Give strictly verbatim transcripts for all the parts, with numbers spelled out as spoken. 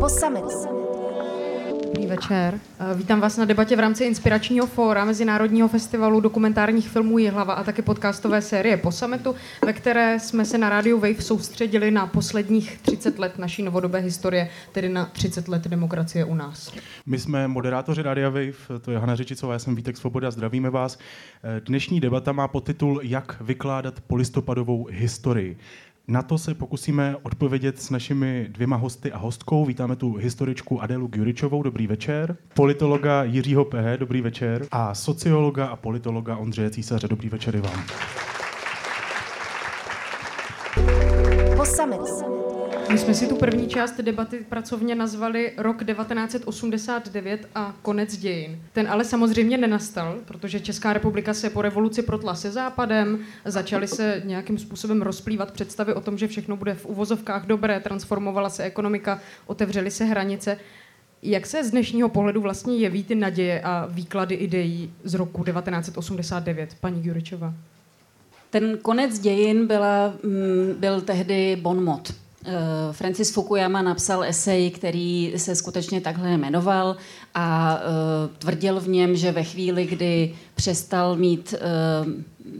Summit. Dobrý večer. Vítám vás na debatě v rámci Inspiračního fóra Mezinárodního festivalu dokumentárních filmů Jihlava a také podcastové série Po Summitu, ve které jsme se na rádiu Wave soustředili na posledních třicet let naší novodobé historie, tedy na třicet let demokracie u nás. My jsme moderátoři Rádia Wave, to je Hana Řičicová, já jsem Vítek Svoboda, zdravíme vás. Dnešní debata má podtitul Jak vykládat polistopadovou historii. Na to se pokusíme odpovědět s našimi dvěma hosty a hostkou. Vítáme tu historičku Adélu Gyuričovou, dobrý večer. Politologa Jiřího Pehe, dobrý večer. A sociologa a politologa Ondřeje Císaře, dobrý večer i vám. Po Summit. My jsme si tu první část debaty pracovně nazvali Rok devatenáct set osmdesát devět a konec dějin. Ten ale samozřejmě nenastal, protože Česká republika se po revoluci protla se Západem, začaly se nějakým způsobem rozplývat představy o tom, že všechno bude v uvozovkách dobré, transformovala se ekonomika, otevřely se hranice. Jak se z dnešního pohledu vlastně jeví ty naděje a výklady ideí z roku devatenáct set osmdesát devět? Paní Gyuričová. Ten konec dějin byla, byl tehdy bon mot. Francis Fukuyama napsal esej, který se skutečně takhle jmenoval a uh, tvrdil v něm, že ve chvíli, kdy přestal mít uh,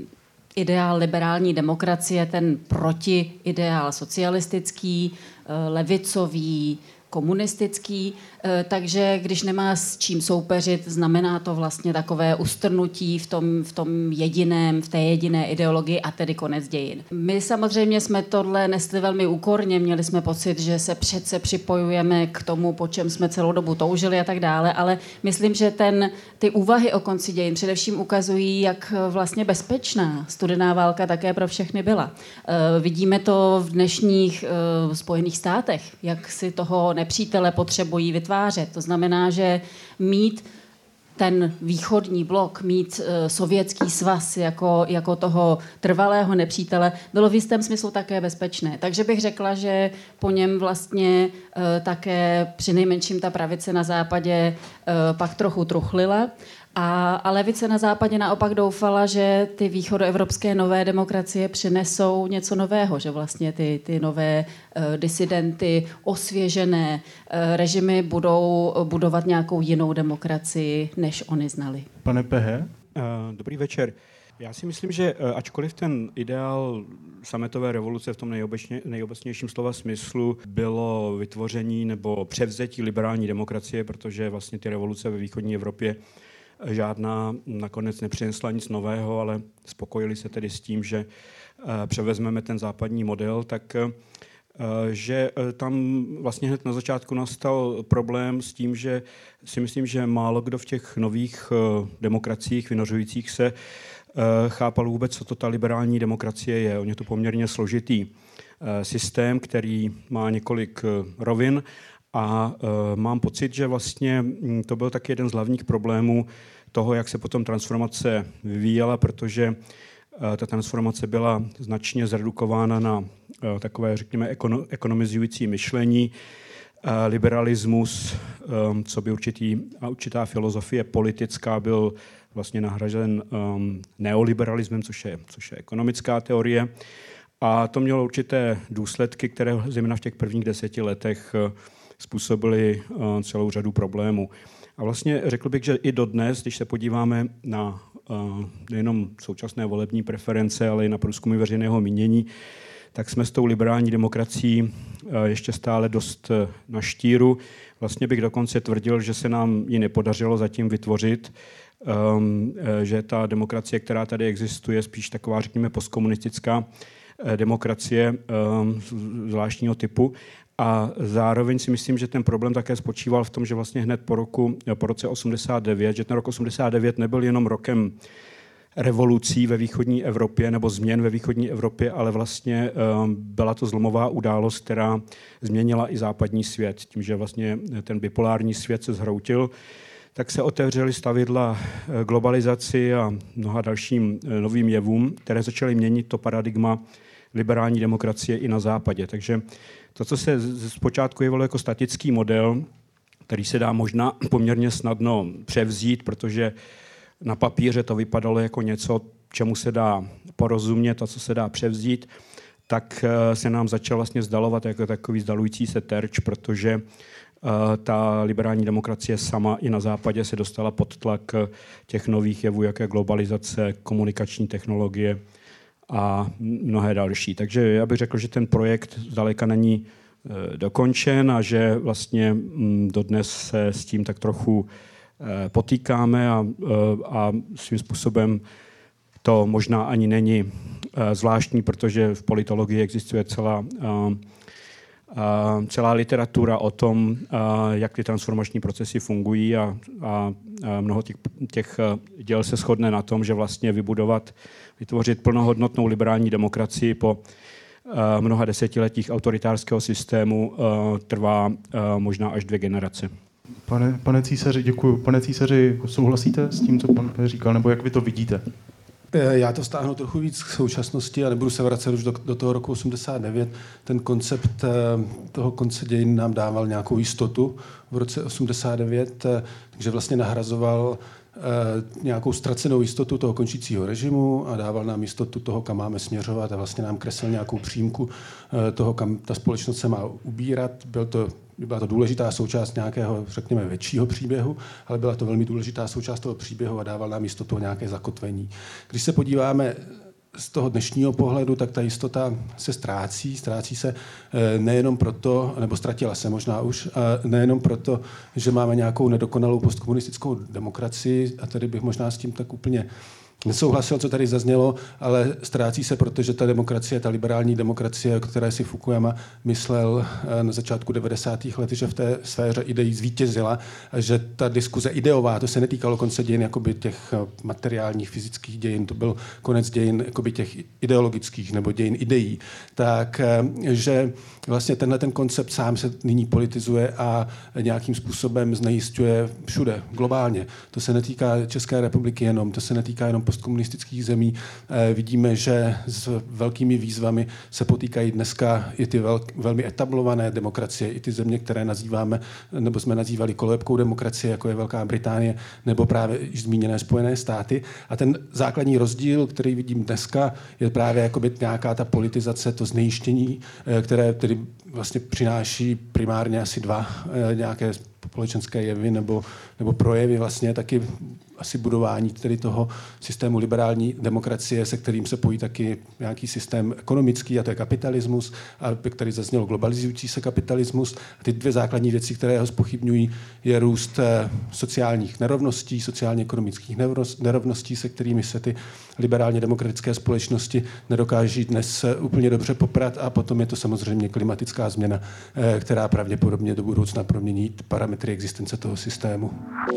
ideál liberální demokracie, ten protiideál socialistický, uh, levicový, komunistický, takže když nemá s čím soupeřit, znamená to vlastně takové ustrnutí v tom, v tom jediném, v té jediné ideologii a tedy konec dějin. My samozřejmě jsme tohle nesli velmi úkorně, měli jsme pocit, že se přece připojujeme k tomu, po čem jsme celou dobu toužili a tak dále, ale myslím, že ten, ty úvahy o konci dějin především ukazují, jak vlastně bezpečná studená válka také pro všechny byla. Vidíme to v dnešních Spojených státech, jak si toho nepřítele potřebují vytvářet. To znamená, že mít ten východní blok, mít uh, sovětský svaz jako, jako toho trvalého nepřítele, bylo v jistém smyslu také bezpečné. Takže bych řekla, že po něm vlastně uh, také přinejmenším ta pravice na západě uh, pak trochu truchlila. A, a levice na západě naopak doufala, že ty východoevropské nové demokracie přinesou něco nového, že vlastně ty, ty nové uh, disidenty, osvěžené uh, režimy budou budovat nějakou jinou demokracii, než oni znali. Pane Pehe? Uh, dobrý večer. Já si myslím, že uh, ačkoliv ten ideál sametové revoluce v tom nejobecnějším slova smyslu bylo vytvoření nebo převzetí liberální demokracie, protože vlastně ty revoluce ve východní Evropě žádná nakonec nepřinesla nic nového, ale spokojili se tedy s tím, že převezmeme ten západní model, tak že tam vlastně hned na začátku nastal problém s tím, že si myslím, že málo kdo v těch nových demokraciích vynořujících se chápal vůbec, co to ta liberální demokracie je. On je to poměrně složitý systém, který má několik rovin. A uh, mám pocit, že vlastně to byl taky jeden z hlavních problémů toho, jak se potom transformace vyvíjela, protože uh, ta transformace byla značně zredukována na uh, takové, řekněme, ekono- ekonomizující myšlení, uh, liberalismus, um, co by určitý, a určitá filozofie politická byl vlastně nahrazen um, neoliberalismem, což je, což je ekonomická teorie. A to mělo určité důsledky, které zejména v těch prvních deseti letech uh, způsobily uh, celou řadu problémů. A vlastně řekl bych, že i dodnes, když se podíváme na uh, nejenom současné volební preference, ale i na průzkumy veřejného mínění, tak jsme s tou liberální demokracií uh, ještě stále dost uh, na štíru. Vlastně bych dokonce tvrdil, že se nám ji nepodařilo zatím vytvořit, um, uh, že ta demokracie, která tady existuje, spíš taková, řekněme, postkomunistická uh, demokracie um, zvláštního typu. A zároveň si myslím, že ten problém také spočíval v tom, že vlastně hned po roku, po roce osmdesát devět, že ten rok osmdesát devět nebyl jenom rokem revolucí ve východní Evropě nebo změn ve východní Evropě, ale vlastně um, byla to zlomová událost, která změnila i západní svět. Tím, že vlastně ten bipolární svět se zhroutil, tak se otevřely stavidla globalizaci a mnoha dalším novým jevům, které začaly měnit to paradigma liberální demokracie i na západě. Takže to, co se zpočátku jevilo jako statický model, který se dá možná poměrně snadno převzít, protože na papíře to vypadalo jako něco, čemu se dá porozumět, to, co se dá převzít, tak se nám začal vlastně zdalovat jako takový zdalující se terč, protože ta liberální demokracie sama i na západě se dostala pod tlak těch nových jevů, jako je globalizace, komunikační technologie a mnohé další. Takže já bych řekl, že ten projekt zdaleka není dokončen a že vlastně dodnes se s tím tak trochu potýkáme a, a svým způsobem to možná ani není zvláštní, protože v politologii existuje celá, celá literatura o tom, jak ty transformační procesy fungují a, a mnoho těch, těch děl se shodne na tom, že vlastně vybudovat, vytvořit plnohodnotnou liberální demokracii po mnoha desetiletích autoritářského systému trvá možná až dvě generace. Pane, pane císaři, děkuji. Pane císaři, souhlasíte s tím, co pan říkal, nebo jak vy to vidíte? Já to stáhnu trochu víc k současnosti a nebudu se vracet už do, do toho roku osmdesát devět. Ten koncept toho konce dějin nám dával nějakou jistotu v roce osmdesát devět, takže vlastně nahrazoval nějakou ztracenou jistotu toho končícího režimu a dával nám jistotu toho, kam máme směřovat a vlastně nám kreslil nějakou přímku toho, kam ta společnost se má ubírat. Byl to, byla to důležitá součást nějakého, řekněme, většího příběhu, ale byla to velmi důležitá součást toho příběhu a dával nám jistotu o nějaké zakotvení. Když se podíváme z toho dnešního pohledu, tak ta jistota se ztrácí. Ztrácí se nejenom proto, nebo ztratila se možná už, nejenom proto, že máme nějakou nedokonalou postkomunistickou demokracii, a tady bych možná s tím tak úplně nesouhlasil, co tady zaznělo, ale ztrácí se, protože ta demokracie, ta liberální demokracie, o které si Fukuyama myslel na začátku devadesátých let, že v té sféře ideí zvítězila, a že ta diskuze ideová, to se netýkalo konce dějin jakoby těch materiálních, fyzických dějin, to byl konec dějin jakoby těch ideologických nebo dějin ideí, tak že vlastně tenhle ten koncept sám se nyní politizuje a nějakým způsobem znejisťuje všude, globálně. To se netýká České republiky jenom, to se netýká jenom postkomunistických zemí. E, vidíme, že s velkými výzvami se potýkají dneska i ty vel, velmi etablované demokracie, i ty země, které nazýváme, nebo jsme nazývali kolébkou demokracie, jako je Velká Británie, nebo právě již zmíněné Spojené státy. A ten základní rozdíl, který vidím dneska, je právě jakoby nějaká ta politizace, to znejištění, e, které tedy vlastně přináší primárně asi dva e, nějaké společenské jevy nebo, nebo projevy vlastně taky asi budování tedy toho systému liberální demokracie, se kterým se pojí taky nějaký systém ekonomický, a to je kapitalismus, a který zaznělo globalizující se kapitalismus. A ty dvě základní věci, které ho zpochybňují, je růst sociálních nerovností, sociálně-ekonomických nerovností, se kterými se ty liberálně demokratické společnosti nedokáží dnes úplně dobře poprat, a potom je to samozřejmě klimatická změna, která pravděpodobně do budoucna promění parametry existence toho systému.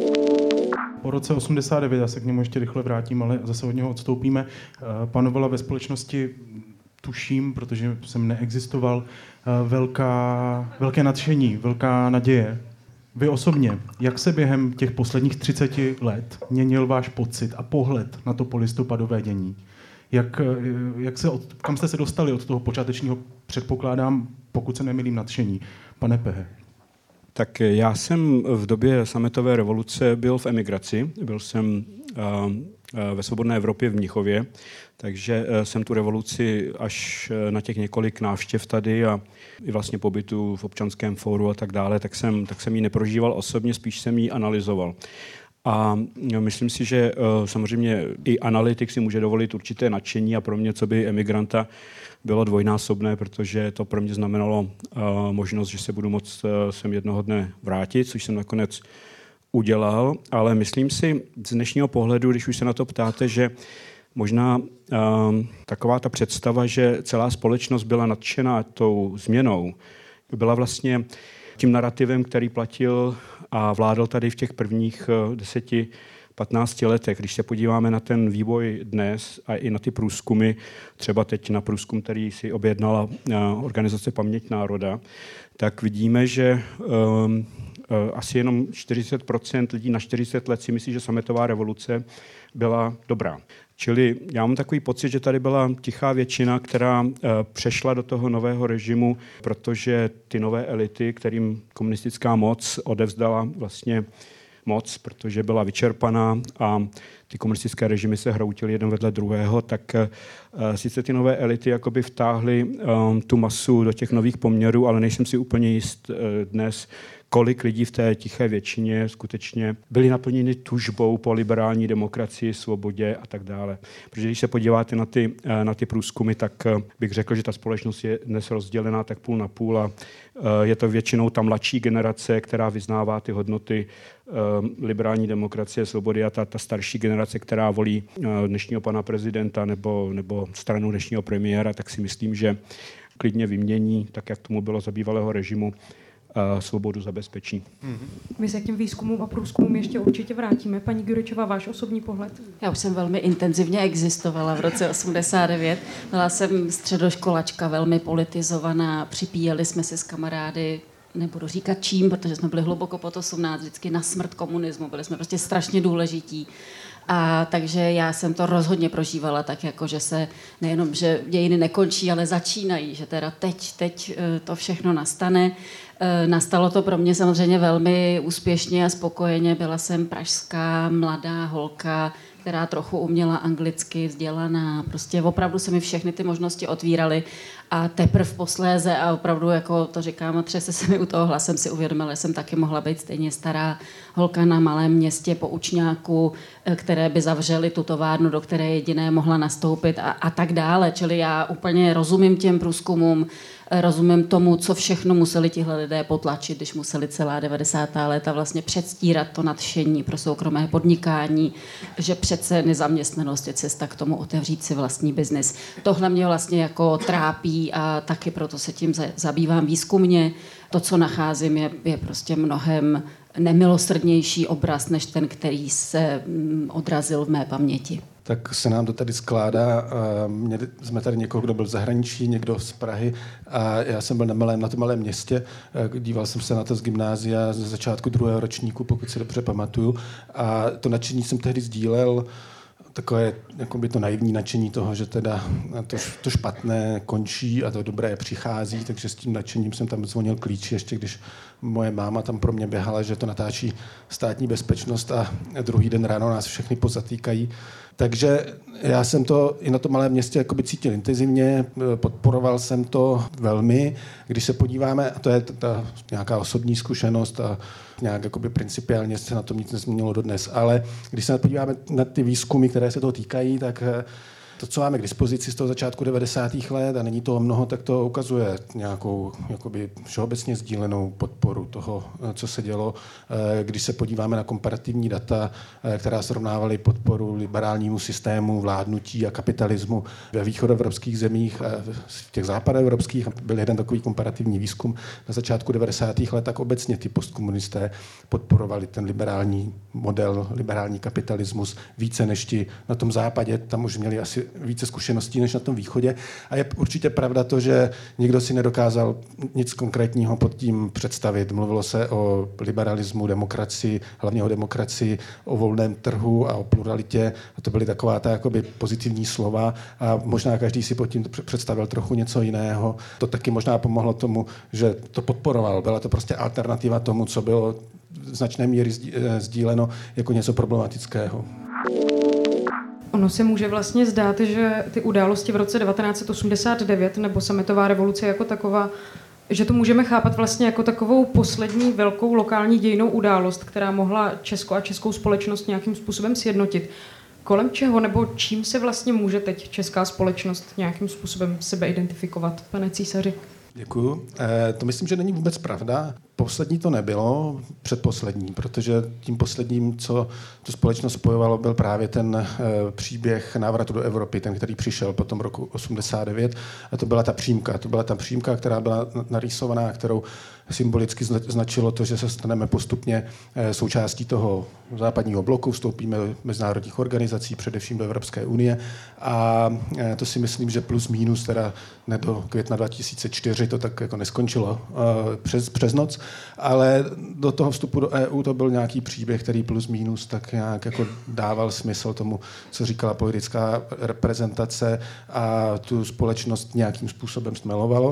Po roce osmdesát devět, já se k němu ještě rychle vrátím, ale zase od něho odstoupíme, panovala ve společnosti, tuším, protože jsem neexistoval, velká, velké nadšení, velká naděje. Vy osobně, jak se během těch posledních třiceti let měnil váš pocit a pohled na to polistopadové dění? Jak, jak se od, kam jste se dostali od toho počátečního, předpokládám, pokud se nemýlím, nadšení? Pane Pehe. Tak já jsem v době sametové revoluce byl v emigraci, byl jsem ve svobodné Evropě v Mnichově, takže jsem tu revoluci až na těch několik návštěv tady a i vlastně pobytu v občanském fóru a tak dále, tak jsem, tak jsem ji neprožíval osobně, spíš jsem ji analyzoval. A myslím si, že samozřejmě i analytik si může dovolit určité nadšení a pro mě, co by emigranta, bylo dvojnásobné, protože to pro mě znamenalo uh, možnost, že se budu moct uh, sem jednoho dne vrátit, což jsem nakonec udělal, ale myslím si z dnešního pohledu, když už se na to ptáte, že možná uh, taková ta představa, že celá společnost byla nadšená tou změnou, byla vlastně tím narrativem, který platil a vládl tady v těch prvních uh, deseti patnácti letech. Když se podíváme na ten vývoj dnes a i na ty průzkumy, třeba teď na průzkum, který si objednala organizace Paměť národa, tak vidíme, že um, uh, asi jenom čtyřicet procent lidí na čtyřicet let si myslí, že sametová revoluce byla dobrá. Čili já mám takový pocit, že tady byla tichá většina, která uh, přešla do toho nového režimu, protože ty nové elity, kterým komunistická moc odevzdala vlastně moc, protože byla vyčerpaná a ty komunistické režimy se hroutily jeden vedle druhého, tak uh, sice ty nové elity jakoby vtáhly um, tu masu do těch nových poměrů, ale nejsem si úplně jist uh, dnes, kolik lidí v té tiché většině skutečně byli naplněni tužbou po liberální demokracii, svobodě a tak dále. Protože když se podíváte na ty, na ty průzkumy, tak bych řekl, že ta společnost je dnes rozdělená tak půl na půl a je to většinou ta mladší generace, která vyznává ty hodnoty liberální demokracie, svobody a ta, ta starší generace, která volí dnešního pana prezidenta nebo, nebo stranu dnešního premiéra, tak si myslím, že klidně vymění, tak jak tomu bylo za bývalého režimu, svobodu zabezpečí. My se k těm výzkumům a průzkumům ještě určitě vrátíme. Paní Gyurečová, váš osobní pohled? Já už jsem velmi intenzivně existovala v roce osmdesát devět. Byla jsem středoškolačka, velmi politizovaná. Připíjeli jsme si s kamarády, nebudu říkat čím, protože jsme byli hluboko pod osmnáct, vždycky na smrt komunismu. Byli jsme prostě strašně důležití. A takže já jsem to rozhodně prožívala tak, jako že se nejenom, že dějiny nekončí, ale začínají, že teda teď, teď to všechno nastane. Nastalo to pro mě samozřejmě velmi úspěšně a spokojeně. Byla jsem pražská mladá holka, která trochu uměla anglicky, vzdělaná. Prostě opravdu se mi všechny ty možnosti otvíraly a teprv posléze a opravdu, jako to říkám, a třese se mi u toho hlasem, si uvědomila, že jsem taky mohla být stejně stará holka na malém městě po učňáku, které by zavřely tu továrnu, do které jediné mohla nastoupit a, a tak dále. Čili já úplně rozumím těm průzkumům, rozumím tomu, co všechno museli tihle lidé potlačit, když museli celá devadesátá léta vlastně předstírat to nadšení pro soukromé podnikání, že přece nezaměstnanost je cesta k tomu otevřít si vlastní biznis. Tohle mě vlastně jako trápí a taky proto se tím zabývám výzkumně. To, co nacházím, je, je prostě mnohem nemilosrdnější obraz, než ten, který se odrazil v mé paměti. Tak se nám to tady skládá. Měli jsme tady někoho, kdo byl v zahraničí, někdo z Prahy a já jsem byl na, malém, na tom malém městě. Díval jsem se na to z gymnázia ze začátku druhého ročníku, pokud si dobře pamatuju. A to nadšení jsem tehdy sdílel, takové jakoby to naivní nadšení toho, že teda to, to špatné končí a to dobré přichází, takže s tím nadšením jsem tam zvonil klíč, ještě když moje máma tam pro mě běhala, že to natáčí Státní bezpečnost a druhý den ráno nás všechny pozatýkají. Takže já jsem to i na tom malém městě jakoby cítil intenzivně, podporoval jsem to velmi. Když se podíváme, a to je ta nějaká osobní zkušenost a nějak jakoby principiálně se na tom nic nezměnilo dodnes, ale když se podíváme na ty výzkumy, které se toho týkají, tak to, co máme k dispozici z toho začátku devadesátých let, a není toho mnoho, tak to ukazuje nějakou jakoby všeobecně sdílenou podporu toho, co se dělo. Když se podíváme na komparativní data, která srovnávaly podporu liberálnímu systému, vládnutí a kapitalismu ve východoevropských zemích, v těch západoevropských, byl jeden takový komparativní výzkum na začátku devadesátých let, tak obecně ty postkomunisté podporovali ten liberální model, liberální kapitalismus více než ti na tom západě. Tam už měli asi více zkušeností než na tom východě. A je určitě pravda to, že nikdo si nedokázal nic konkrétního pod tím představit. Mluvilo se o liberalismu, demokracii, hlavně o demokracii, o volném trhu a o pluralitě. A to byly taková ta jakoby pozitivní slova a možná každý si pod tím představil trochu něco jiného. To taky možná pomohlo tomu, že to podporoval. Byla to prostě alternativa tomu, co bylo v značné míry sdíleno jako něco problematického. Ono se může vlastně zdát, že ty události v roce devatenáct set osmdesát devět nebo sametová revoluce jako taková, že to můžeme chápat vlastně jako takovou poslední velkou lokální dějinnou událost, která mohla Česko a českou společnost nějakým způsobem sjednotit. Kolem čeho nebo čím se vlastně může teď česká společnost nějakým způsobem sebe identifikovat, pane císaři? Děkuju. E, to myslím, že není vůbec pravda. Poslední to nebylo, předposlední, protože tím posledním, co tu společnost spojovalo, byl právě ten e, příběh návratu do Evropy, ten, který přišel po tom roku osmdesát devět. A to byla ta přímka. To byla ta přímka, která byla narýsovaná, kterou symbolicky značilo to, že se staneme postupně e, součástí toho západního bloku, vstoupíme do mezinárodních organizací, především do Evropské unie. A e, to si myslím, že plus minus, teda ne do května dva tisíce čtyři, to tak jako neskončilo e, přes, přes noc, ale do toho vstupu do E U to byl nějaký příběh, který plus minus tak nějak jako dával smysl tomu, co říkala politická reprezentace a tu společnost nějakým způsobem stmelovalo.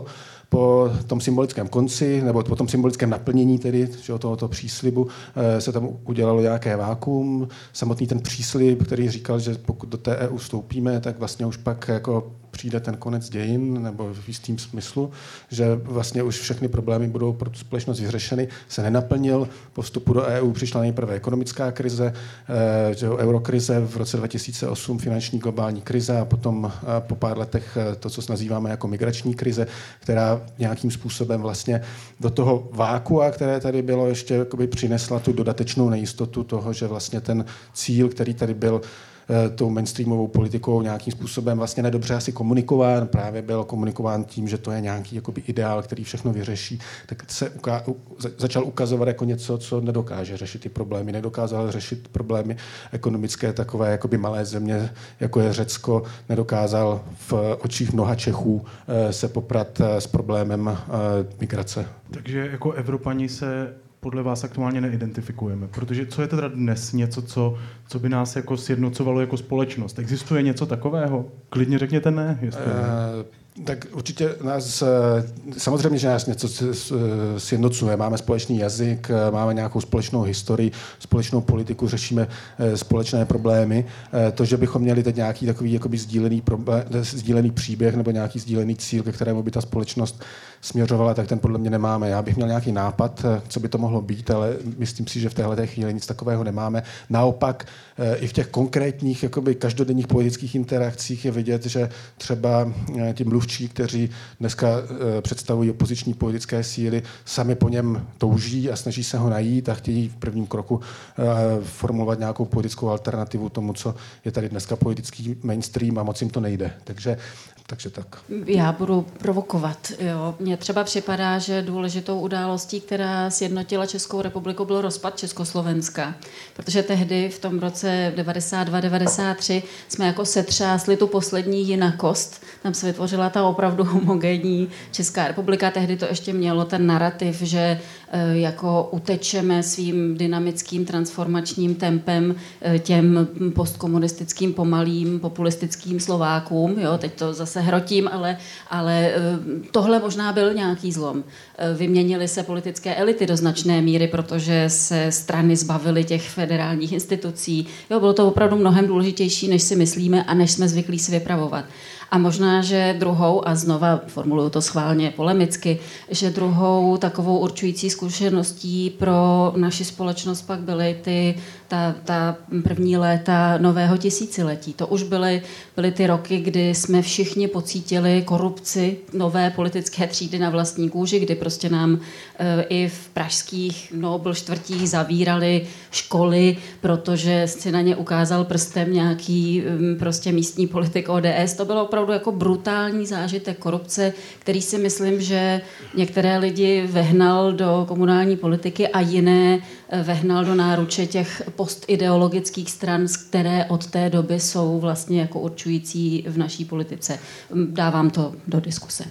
po tom symbolickém konci, nebo po tom symbolickém naplnění tedy, že, tohoto příslibu, se tam udělalo nějaké vákuum. Samotný ten příslib, který říkal, že pokud do té E U vstoupíme, tak vlastně už pak jako přijde ten konec dějin, nebo v jistým smyslu, že vlastně už všechny problémy budou pro tu společnost vyřešeny, se nenaplnil. Po vstupu do E U přišla nejprve ekonomická krize, že eurokrize, v roce dva tisíce osm finanční globální krize a potom po pár letech to, co nazýváme jako migrační krize, která nějakým způsobem vlastně do toho vákua, které tady bylo, ještě jakoby přinesla tu dodatečnou nejistotu toho, že vlastně ten cíl, který tady byl tou mainstreamovou politikou nějakým způsobem vlastně nedobře asi komunikován, právě byl komunikován tím, že to je nějaký jakoby ideál, který všechno vyřeší, tak se uka- začal ukazovat jako něco, co nedokáže řešit ty problémy, nedokázal řešit problémy ekonomické takové jakoby malé země, jako je Řecko, nedokázal v očích mnoha Čechů se poprat s problémem migrace. Takže jako Evropani se podle vás aktuálně neidentifikujeme, protože co je teda dnes něco, co, co by nás jako sjednocovalo jako společnost? Existuje něco takového? Klidně řekněte ne. Jestli ne. Uh, tak určitě nás, samozřejmě, že nás něco sjednocuje. Máme společný jazyk, máme nějakou společnou historii, společnou politiku, řešíme společné problémy. To, že bychom měli teď nějaký takový jakoby sdílený, problém, sdílený příběh nebo nějaký sdílený cíl, ke kterému by ta společnost směřovala, tak ten podle mě nemáme. Já bych měl nějaký nápad, co by to mohlo být, ale myslím si, že v téhle chvíli nic takového nemáme. Naopak i v těch konkrétních jakoby každodenních politických interakcích je vidět, že třeba ti mluvčí, kteří dneska představují opoziční politické síly, sami po něm touží a snaží se ho najít a chtějí v prvním kroku formulovat nějakou politickou alternativu tomu, co je tady dneska politický mainstream a moc jim to nejde. Takže Takže tak. Já budu provokovat. Jo. Mně třeba připadá, že důležitou událostí, která sjednotila Českou republiku, byl rozpad Československa. Protože tehdy v tom roce devadesát dva devadesát tři jsme jako setřásli tu poslední jinakost. Tam se vytvořila ta opravdu homogénní Česká republika. Tehdy to ještě mělo ten narrativ, že jako utečeme svým dynamickým transformačním tempem těm postkomunistickým pomalým populistickým Slovákům. Jo, teď to zase hrotím, ale, ale tohle možná byl nějaký zlom. Vyměnily se politické elity do značné míry, protože se strany zbavily těch federálních institucí. Jo, bylo to opravdu mnohem důležitější, než si myslíme a než jsme zvyklí si vypravovat. A možná, že druhou, a znova formuluju to schválně polemicky, že druhou takovou určující zkušeností pro naši společnost pak byly ty, ta, ta první léta nového tisíciletí. To už byly, byly ty roky, kdy jsme všichni pocítili korupci nové politické třídy na vlastní kůži, kdy prostě nám e, i v pražských Nobl čtvrtích zavírali školy, protože si na ně ukázal prstem nějaký e, prostě místní politik O D S. To bylo opravdu jako brutální zážitek korupce, který si myslím, že některé lidi vehnal do komunální politiky a jiné vehnal do náruče těch postideologických stran, které od té doby jsou vlastně jako určující v naší politice. Dávám to do diskuse.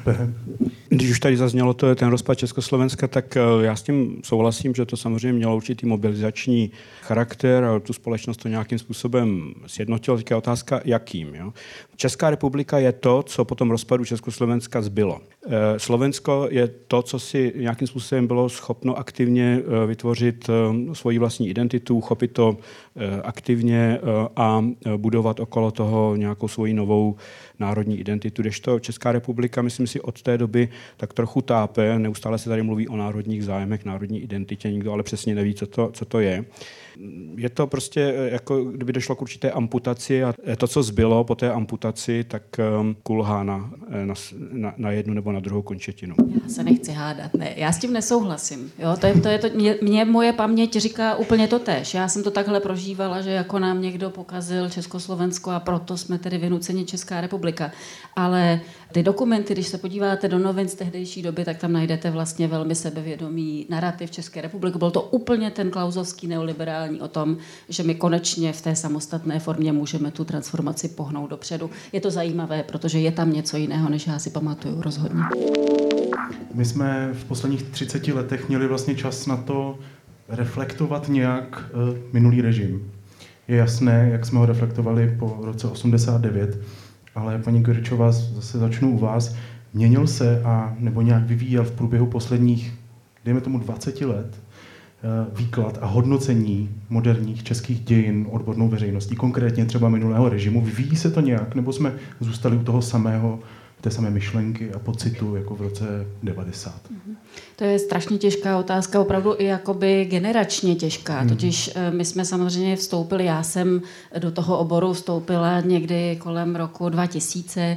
Když už tady zaznělo to, ten rozpad Československa, tak já s tím souhlasím, že to samozřejmě mělo určitý mobilizační charakter a tu společnost to nějakým způsobem sjednotilo. Teď je otázka, jakým. Jo? Česká republika je to, co po tom rozpadu Československa zbylo. Slovensko je to, co si nějakým způsobem bylo schopno aktivně vytvořit svoji vlastní identitu, uchopit to aktivně a budovat okolo toho nějakou svoji novou národní identitu. Kdežto Česká republika, myslím si, od té doby tak trochu tápe. Neustále se tady mluví o národních zájmech, národní identitě, nikdo ale přesně neví, co to, co to je. Je to prostě, jako kdyby došlo k určité amputaci a to, co zbylo po té amputaci, tak kulhá na, na, na jednu nebo na druhou končetinu. Já se nechci hádat, ne. Já s tím nesouhlasím. Jo? To je, to je to, mě, mě moje paměť říká úplně to též. Já jsem to takhle prožívala, že jako nám někdo pokazil Československo a proto jsme tedy vynuceni Česká republika. Ale ty dokumenty, když se podíváte do novin z tehdejší doby, tak tam najdete vlastně velmi sebevědomý narrativ České republiky. Byl to úplně ten klausovský neoliberální o tom, že my konečně v té samostatné formě můžeme tu transformaci pohnout dopředu. Je to zajímavé, protože je tam něco jiného, než já si pamatuju rozhodně. My jsme v posledních třiceti letech měli vlastně čas na to reflektovat nějak uh, minulý režim. Je jasné, jak jsme ho reflektovali po roce osmdesát devět, ale paní Gyričová, zase začnu u vás. Měnil se a nebo nějak vyvíjel v průběhu posledních, dejme tomu dvacet let, výklad a hodnocení moderních českých dějin odbornou veřejností, konkrétně třeba minulého režimu? Vyvíjí se to nějak, nebo jsme zůstali u toho samého, té samé myšlenky a pocitu jako v roce devadesát? To je strašně těžká otázka, opravdu i jakoby generačně těžká. Totiž my jsme samozřejmě vstoupili, já jsem do toho oboru vstoupila někdy kolem roku dva tisíce,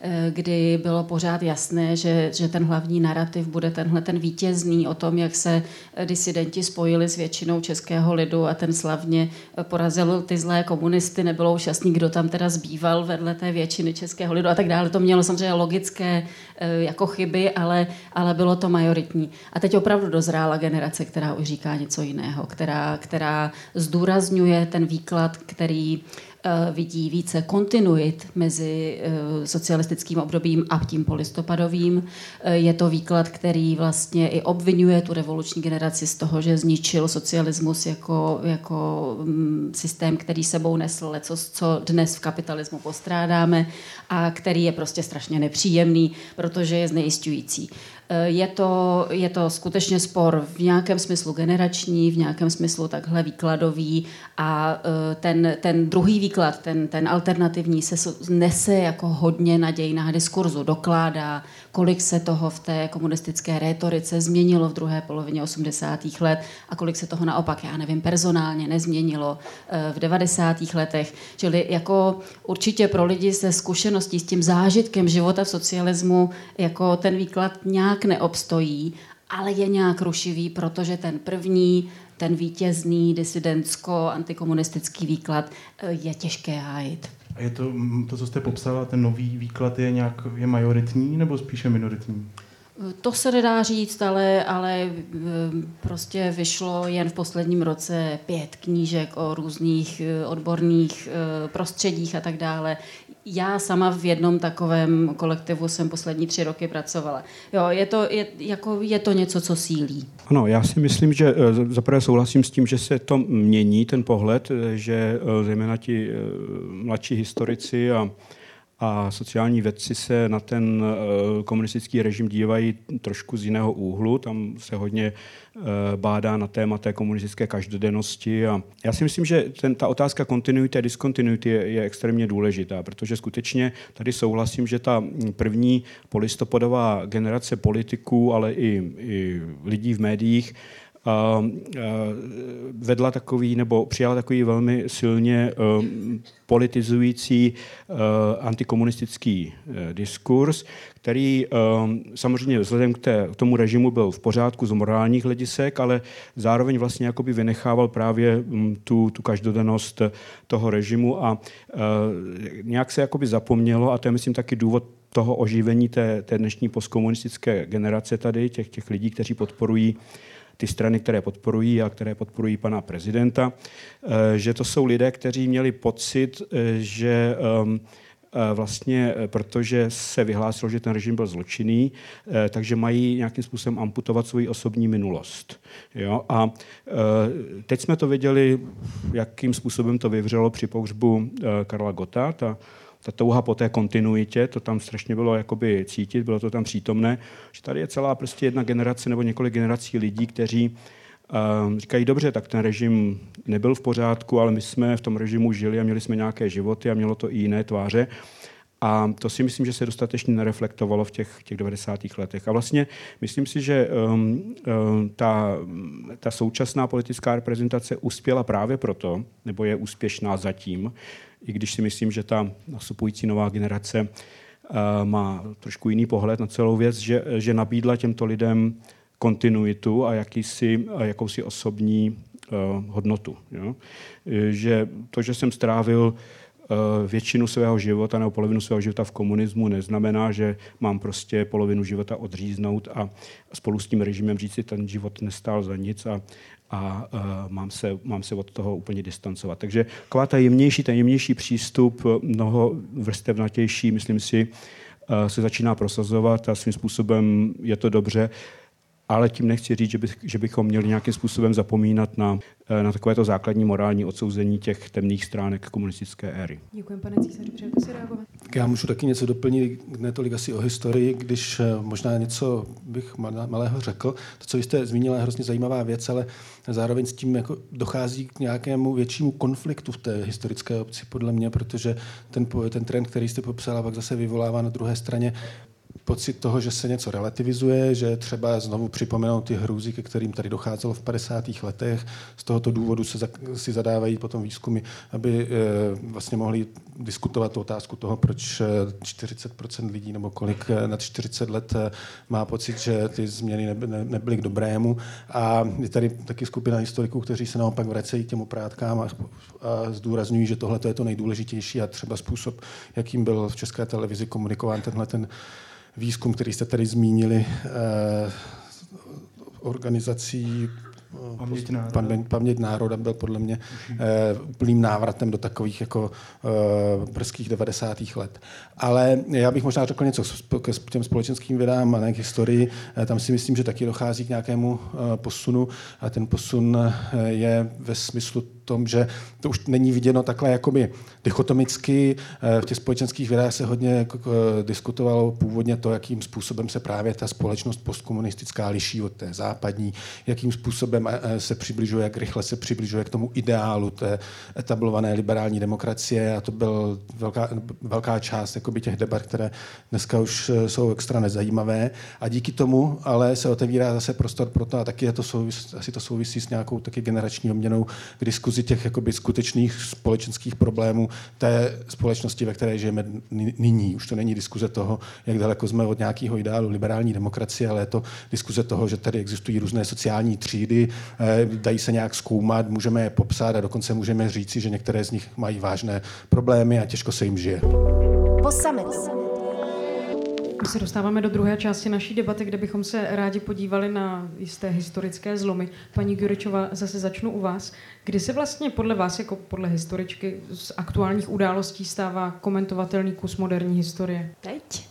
kdy bylo pořád jasné, že, že ten hlavní narrativ bude tenhle ten vítězný o tom, jak se disidenti spojili s většinou českého lidu a ten slavně porazil ty zlé komunisty. Nebylo už jasný, kdo tam teda zbýval vedle té většiny českého lidu a tak dále. To mělo samozřejmě logické jako chyby, ale, ale bylo to majoritní. A teď opravdu dozrála generace, která už říká něco jiného, která, která zdůrazňuje ten výklad, který vidí více kontinuit mezi socialistickým obdobím a tím polistopadovým. Je to výklad, který vlastně i obvinuje tu revoluční generaci z toho, že zničil socialismus jako, jako systém, který sebou nesl lecos, co dnes v kapitalismu postrádáme a který je prostě strašně nepříjemný, protože je znejisťující. Je to, je to skutečně spor v nějakém smyslu generační, v nějakém smyslu takhle výkladový a ten, ten druhý výklad, ten, ten alternativní se nese jako hodně naděj na diskurzu, dokládá, kolik se toho v té komunistické rétorice změnilo v druhé polovině osmdesátých let a kolik se toho naopak, já nevím, personálně nezměnilo v devadesátých letech. Čili jako určitě pro lidi se zkušeností s tím zážitkem života v socialismu jako ten výklad nějak neobstojí, ale je nějak rušivý, protože ten první, ten vítězný, disidentsko-antikomunistický výklad je těžké hájit. A je to, to, co jste popsala, ten nový výklad je nějak je majoritní nebo spíše minoritní? To se nedá říct, ale, ale prostě vyšlo jen v posledním roce pět knížek o různých odborných prostředích a tak dále. Já sama v jednom takovém kolektivu jsem poslední tři roky pracovala. Jo, je to, je, jako, je to něco, co sílí. Ano, já si myslím, že zaprvé souhlasím s tím, že se to mění, ten pohled, že zejména ti mladší historici a a sociální vědci se na ten komunistický režim dívají trošku z jiného úhlu. Tam se hodně bádá na téma té komunistické každodennosti. A já si myslím, že ten, ta otázka kontinuity a diskontinuity je, je extrémně důležitá, protože skutečně tady souhlasím, že ta první polistopadová generace politiků, ale i, i lidí v médiích Uh, uh, vedla takový, nebo přijala takový velmi silně uh, politizující uh, antikomunistický uh, diskurs, který uh, samozřejmě vzhledem k, té, k tomu režimu byl v pořádku z morálních hledisek, ale zároveň vlastně jakoby vynechával právě um, tu, tu každodennost toho režimu a uh, nějak se jakoby zapomnělo, a to je myslím taky důvod toho oživení té, té dnešní postkomunistické generace tady, těch, těch lidí, kteří podporují ty strany, které podporují a které podporují pana prezidenta, že to jsou lidé, kteří měli pocit, že vlastně, protože se vyhlásilo, že ten režim byl zločinný, takže mají nějakým způsobem amputovat svoji osobní minulost. Jo? A teď jsme to viděli, jakým způsobem to vyvřelo při pohřbu Karla Gotta. Ta Ta touha po té kontinuitě, to tam strašně bylo jakoby cítit, bylo to tam přítomné, že tady je celá prostě jedna generace nebo několik generací lidí, kteří uh, říkají, dobře, tak ten režim nebyl v pořádku, ale my jsme v tom režimu žili a měli jsme nějaké životy a mělo to i jiné tváře. A to si myslím, že se dostatečně nereflektovalo v těch, těch devadesátých letech. A vlastně myslím si, že um, um, ta, ta současná politická reprezentace uspěla právě proto, nebo je úspěšná zatím, i když si myslím, že ta nastupující nová generace uh, má trošku jiný pohled na celou věc, že, že nabídla těmto lidem kontinuitu a jakýsi, a jakousi osobní uh, hodnotu. Jo? Že to, že jsem strávil většinu svého života nebo polovinu svého života v komunismu, neznamená, že mám prostě polovinu života odříznout a spolu s tím režimem říct si, ten život nestál za nic a, a, a mám, se, mám se od toho úplně distancovat. Takže taková ta jemnější, ten jemnější přístup, mnoho vrstevnatější, myslím si, se začíná prosazovat a svým způsobem je to dobře. ale tím nechci říct, že, by, že bychom měli nějakým způsobem zapomínat na, na takovéto základní morální odsouzení těch temných stránek komunistické éry. Děkuji, pane Císaři, přejete si reagovat? Já můžu taky něco doplnit, ne tolik asi o historii, když možná něco bych malého řekl. To, co vy jste zmínila, je hrozně zajímavá věc, ale zároveň s tím jako dochází k nějakému většímu konfliktu v té historické obci, podle mě, protože ten, ten trend, který jste popsala, pak zase vyvolává na druhé straně pocit toho, že se něco relativizuje, že třeba znovu připomenout ty hrůzy, ke kterým tady docházelo v padesátých letech. Z tohoto důvodu se za, si zadávají potom výzkumy, aby e, vlastně mohli diskutovat tu otázku toho, proč čtyřicet procent lidí nebo kolik nad čtyřicet let má pocit, že ty změny ne, ne, nebyly k dobrému. A je tady taky skupina historiků, kteří se naopak vracejí k těm oprátkám a, a zdůrazňují, že tohle je to nejdůležitější a třeba způsob, jakým byl v České televizi komunikován tenhle ten výzkum, který jste tady zmínili, eh, organizací Paměť národa. Paměť národa byl podle mě eh, úplným návratem do takových jako eh, brzkých devadesátých let. Ale já bych možná řekl něco k těm společenským vědám a ne k historii. Eh, tam si myslím, že taky dochází k nějakému eh, posunu a ten posun eh, je ve smyslu tom, že to už není viděno takhle jakoby dichotomicky. V těch společenských vědách se hodně diskutovalo původně to, jakým způsobem se právě ta společnost postkomunistická liší od té západní, jakým způsobem se přibližuje, jak rychle se přibližuje k tomu ideálu té etablované liberální demokracie a to byl velká, velká část jakoby těch debat, které dneska už jsou extra nezajímavé a díky tomu ale se otevírá zase prostor pro to a taky je to souvis, asi to souvisí s nějakou taky generační obměnou k diskuzi těch jakoby skutečných společenských problémů té společnosti, ve které žijeme nyní. Už to není diskuze toho, jak daleko jsme od nějakého ideálu liberální demokracie, ale je to diskuze toho, že tady existují různé sociální třídy, dají se nějak zkoumat, můžeme je popsat a dokonce můžeme říci, že některé z nich mají vážné problémy a těžko se jim žije. Po summit. My se dostáváme do druhé části naší debaty, kde bychom se rádi podívali na jisté historické zlomy. Paní Gyuričová, zase začnu u vás. Kdy se vlastně podle vás, jako podle historičky, z aktuálních událostí stává komentovatelný kus moderní historie? Teď?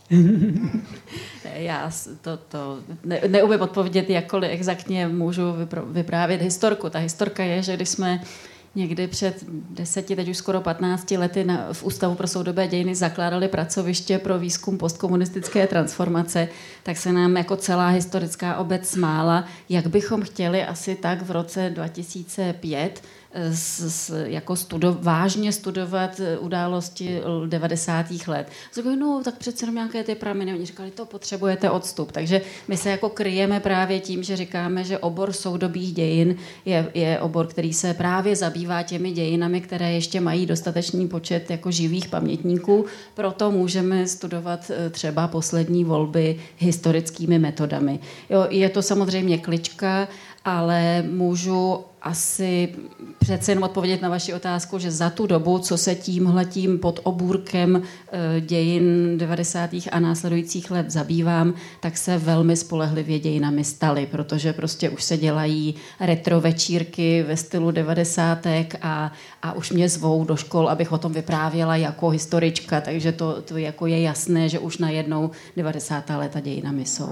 Já to, to ne, neumím odpovědět, jakkoliv exaktně můžu vyprávět historku. Ta historka je, že když jsme někdy před deseti, teď už skoro patnácti lety na, v Ústavu pro soudobé dějiny zakládali pracoviště pro výzkum postkomunistické transformace, tak se nám jako celá historická obec smála, jak bychom chtěli asi tak v roce dva tisíce pět S, s, jako studo, vážně studovat události devadesátých let. Říkali, no, tak přece jenom nějaké ty prameny. Oni říkali, to potřebujete odstup. Takže my se jako kryjeme právě tím, že říkáme, že obor soudobých dějin je, je obor, který se právě zabývá těmi dějinami, které ještě mají dostatečný počet jako živých pamětníků. Proto můžeme studovat třeba poslední volby historickými metodami. Jo, je to samozřejmě klička, ale můžu asi přece jenom odpovědět na vaši otázku, že za tu dobu, co se tímhletím pod obůrkem dějin devadesátých a následujících let zabývám, tak se velmi spolehlivě dějinami staly, protože prostě už se dělají retro večírky ve stylu devadesátek a, a už mě zvou do škol, abych o tom vyprávěla jako historička, takže to, to jako je jasné, že už najednou devadesátá léta dějinami jsou.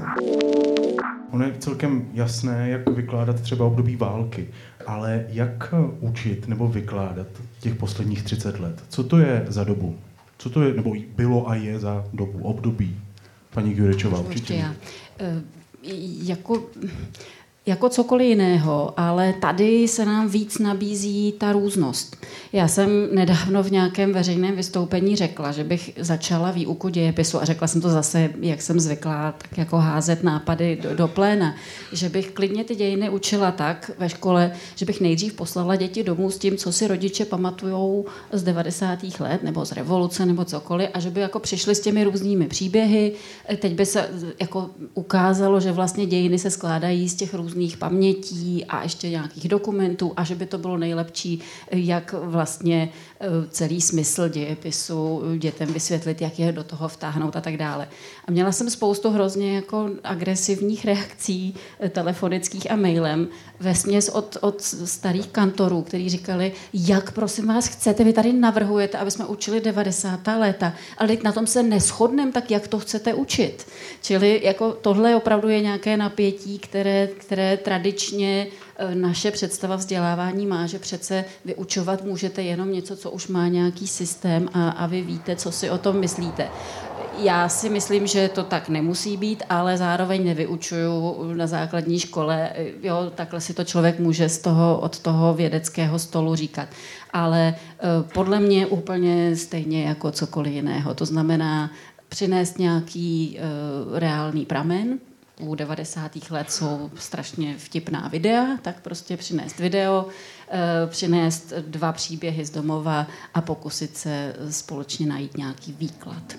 Ono je celkem jasné, jak vykládat třeba období války, ale jak učit nebo vykládat těch posledních třicet let? Co to je za dobu? Co to je, nebo bylo a je za dobu, období? Paní Gyuričová, určitě. Já. E, jako... Jako cokoliv jiného, ale tady se nám víc nabízí ta různost. Já jsem nedávno v nějakém veřejném vystoupení řekla, že bych začala výuku dějepisu a řekla jsem to zase, jak jsem zvyklá, tak jako házet nápady do, do pléna, že bych klidně ty dějiny učila tak ve škole, že bych nejdřív poslala děti domů s tím, co si rodiče pamatujou z devadesátých let nebo z revoluce nebo cokoliv a že by jako přišli s těmi různými příběhy. Teď by se jako ukázalo, že vlastně dějiny se skládají z těch různých různých pamětí a ještě nějakých dokumentů a že by to bylo nejlepší, jak vlastně celý smysl dějepisu dětem vysvětlit, jak je do toho vtáhnout a tak dále. A měla jsem spoustu hrozně jako agresivních reakcí telefonických a mailem vesměs od, od starých kantorů, kteří říkali, jak prosím vás chcete, vy tady navrhujete, aby jsme učili devadesátá léta, ale teď na tom se neshodneme, tak jak to chcete učit? Čili jako tohle opravdu je nějaké napětí, které, které tradičně naše představa vzdělávání má, že přece vyučovat můžete jenom něco, co už má nějaký systém a, a vy víte, co si o tom myslíte. Já si myslím, že to tak nemusí být, ale zároveň nevyučuju na základní škole. Jo, takhle si to člověk může z toho, od toho vědeckého stolu říkat. Ale podle mě úplně stejně jako cokoliv jiného. To znamená přinést nějaký uh, reálný pramen. U devadesátých let jsou strašně vtipná videa, tak prostě přinést video, přinést dva příběhy z domova a pokusit se společně najít nějaký výklad.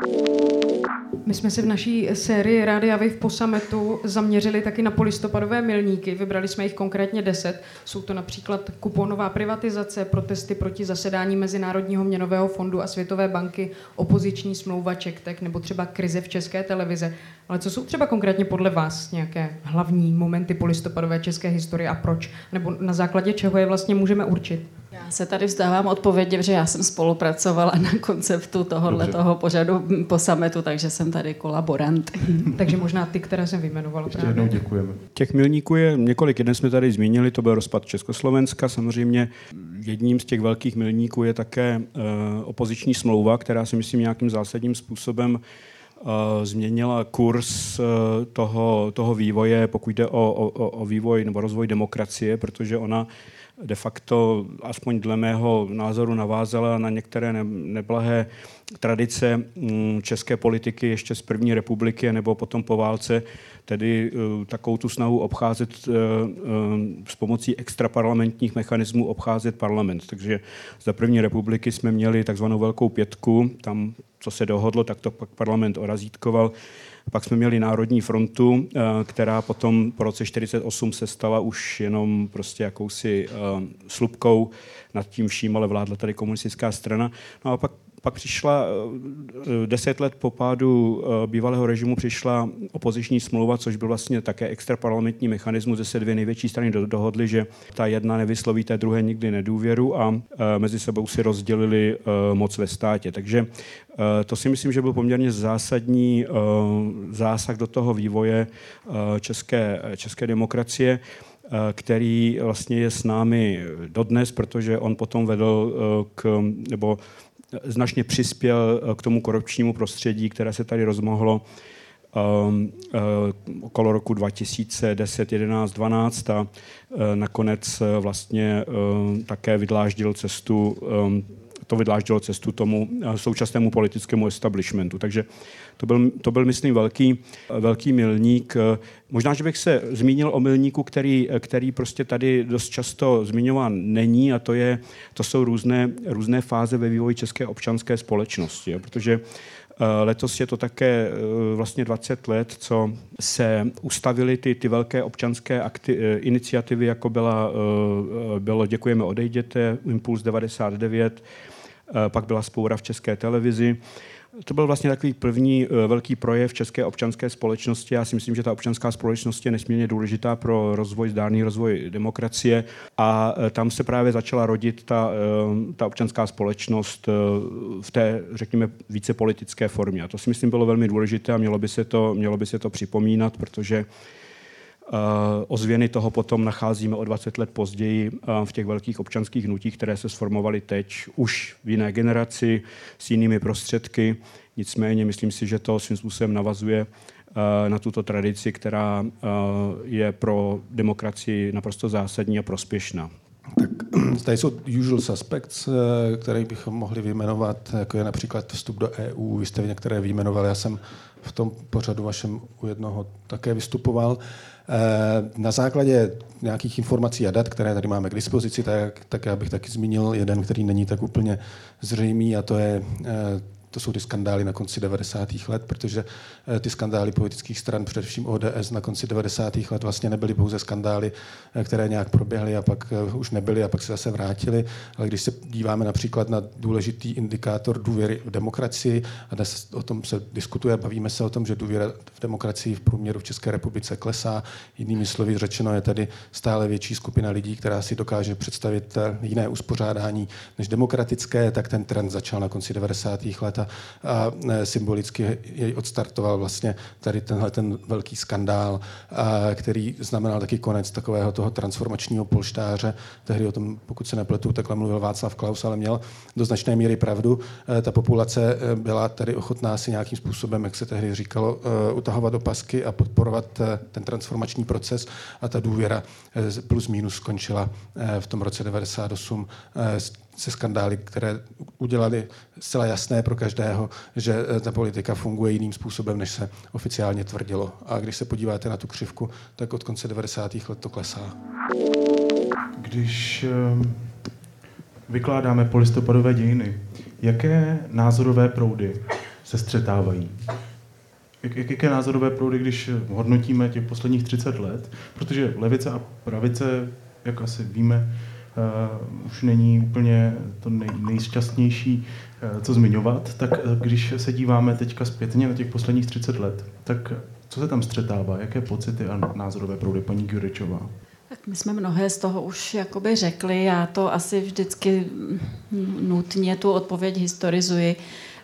My jsme se v naší sérii Rádia Wave po summitu zaměřili taky na polistopadové milníky. Vybrali jsme jich konkrétně deset. Jsou to například kuponová privatizace, protesty proti zasedání Mezinárodního měnového fondu a Světové banky, opoziční smlouva CzechTek nebo třeba krize v České televize. Ale co jsou třeba konkrétně podle vás nějaké hlavní momenty polistopadové české historie a proč? Nebo na základě čeho je vlastně můžeme určit? Já se tady vzdávám odpovědi, protože já jsem spolupracovala na konceptu tohohle toho pořadu po summitu, takže jsem tady kolaborant. Takže možná ty, které jsem vyjmenovala. Ještě jednou děkujeme. Těch milníků je několik, jeden jsme tady zmínili, to byl rozpad Československa. Samozřejmě jedním z těch velkých milníků je také uh, opoziční smlouva, která si myslím nějakým zásadním způsobem uh, změnila kurz uh, toho, toho vývoje, pokud jde o, o, o vývoj nebo rozvoj demokracie, protože ona de facto, aspoň dle mého názoru, navázala na některé neblahé tradice české politiky ještě z první republiky nebo potom po válce, tedy takovou tu snahu obcházet s pomocí extraparlamentních mechanismů obcházet parlament. Takže za první republiky jsme měli takzvanou velkou pětku, tam, co se dohodlo, tak to pak parlament orazítkoval. Pak jsme měli Národní frontu, která potom po roce čtyřicet osm se stala už jenom prostě jakousi slupkou nad tím vším, ale vládla tady komunistická strana. No a pak Pak přišla deset let po pádu bývalého režimu přišla opoziční smlouva, což byl vlastně také extraparlamentní mechanismus, kde se dvě největší strany dohodly, že ta jedna nevysloví té druhé nikdy nedůvěru a mezi sebou si rozdělili moc ve státě. Takže to si myslím, že byl poměrně zásadní zásah do toho vývoje české, české demokracie, který vlastně je s námi dodnes, protože on potom vedl k, nebo značně přispěl k tomu korupčnímu prostředí, které se tady rozmohlo um, uh, okolo roku dva tisíce deset, jedenáct, dvanáct a uh, nakonec uh, vlastně uh, také vydláždil cestu um, to vydláždilo cestu tomu současnému politickému establishmentu. Takže to byl, to byl myslím, velký, velký milník. Možná, že bych se zmínil o milníku, který, který prostě tady dost často zmiňován není, a to, je, to jsou různé, různé fáze ve vývoji české občanské společnosti. Protože letos je to také vlastně dvacet let, co se ustavily ty, ty velké občanské akty, iniciativy, jako byla, bylo Děkujeme, odejděte, Impuls devadesát devět, pak byla Vzpoura v České televizi. To byl vlastně takový první velký projev české občanské společnosti. Já si myslím, že ta občanská společnost je nesmírně důležitá pro rozvoj, zdárný rozvoj demokracie a tam se právě začala rodit ta, ta občanská společnost v té, řekněme, více politické formě. A to si myslím bylo velmi důležité a mělo by se to, mělo by se to připomínat, protože Uh, ozvěny toho potom nacházíme o dvacet let později uh, v těch velkých občanských hnutích, které se sformovaly teď už v jiné generaci s jinými prostředky. Nicméně myslím si, že to svým způsobem navazuje uh, na tuto tradici, která uh, je pro demokracii naprosto zásadní a prospěšná. Tak tady jsou usual suspects, které bychom mohli vyjmenovat, jako je například vstup do E U. Vy jste některé vyjmenoval, já jsem v tom pořadu vašem u jednoho také vystupoval. Na základě nějakých informací a dat, které tady máme k dispozici, tak, tak já bych taky zmínil jeden, který není tak úplně zřejmý, a to je to jsou ty skandály na konci devadesátých let, protože ty skandály politických stran, především O D S na konci devadesátých let vlastně nebyly pouze skandály, které nějak proběhly a pak už nebyly a pak se zase vrátily, ale když se díváme například na důležitý indikátor důvěry v demokracii, a dnes o tom se diskutuje, bavíme se o tom, že důvěra v demokracii v průměru v České republice klesá. Jinými slovy řečeno, je tady stále větší skupina lidí, která si dokáže představit jiné uspořádání než demokratické, tak ten trend začal na konci devadesátých let a, a symbolicky jej odstartoval vlastně tady tenhle ten velký skandál, a, který znamenal taky konec takového toho transformačního polštáře. Tehdy o tom, pokud se nepletu, takhle mluvil Václav Klaus, ale měl do značné míry pravdu. E, ta populace byla tady ochotná si nějakým způsobem, jak se tehdy říkalo, e, utahovat opasky a podporovat e, ten transformační proces a ta důvěra e, plus minus skončila e, v tom roce devadesát osm e, se skandály, které udělali zcela jasné pro každého, že ta politika funguje jiným způsobem, než se oficiálně tvrdilo. A když se podíváte na tu křivku, tak od konce devadesátých let to klesá. Když vykládáme polistopadové dějiny, jaké názorové proudy se střetávají? Jak, jaké názorové proudy, když hodnotíme těch posledních třicet let? Protože levice a pravice, jak asi víme, Uh, už není úplně to nej, nejšťastnější, uh, co zmiňovat, tak uh, když se díváme teďka zpětně na těch posledních třicet let, tak co se tam střetává? Jaké pocity a názorové proudy, paní Gjurečová? Tak my jsme mnohé z toho už jakoby řekli, já to asi vždycky nutně tu odpověď historizuji.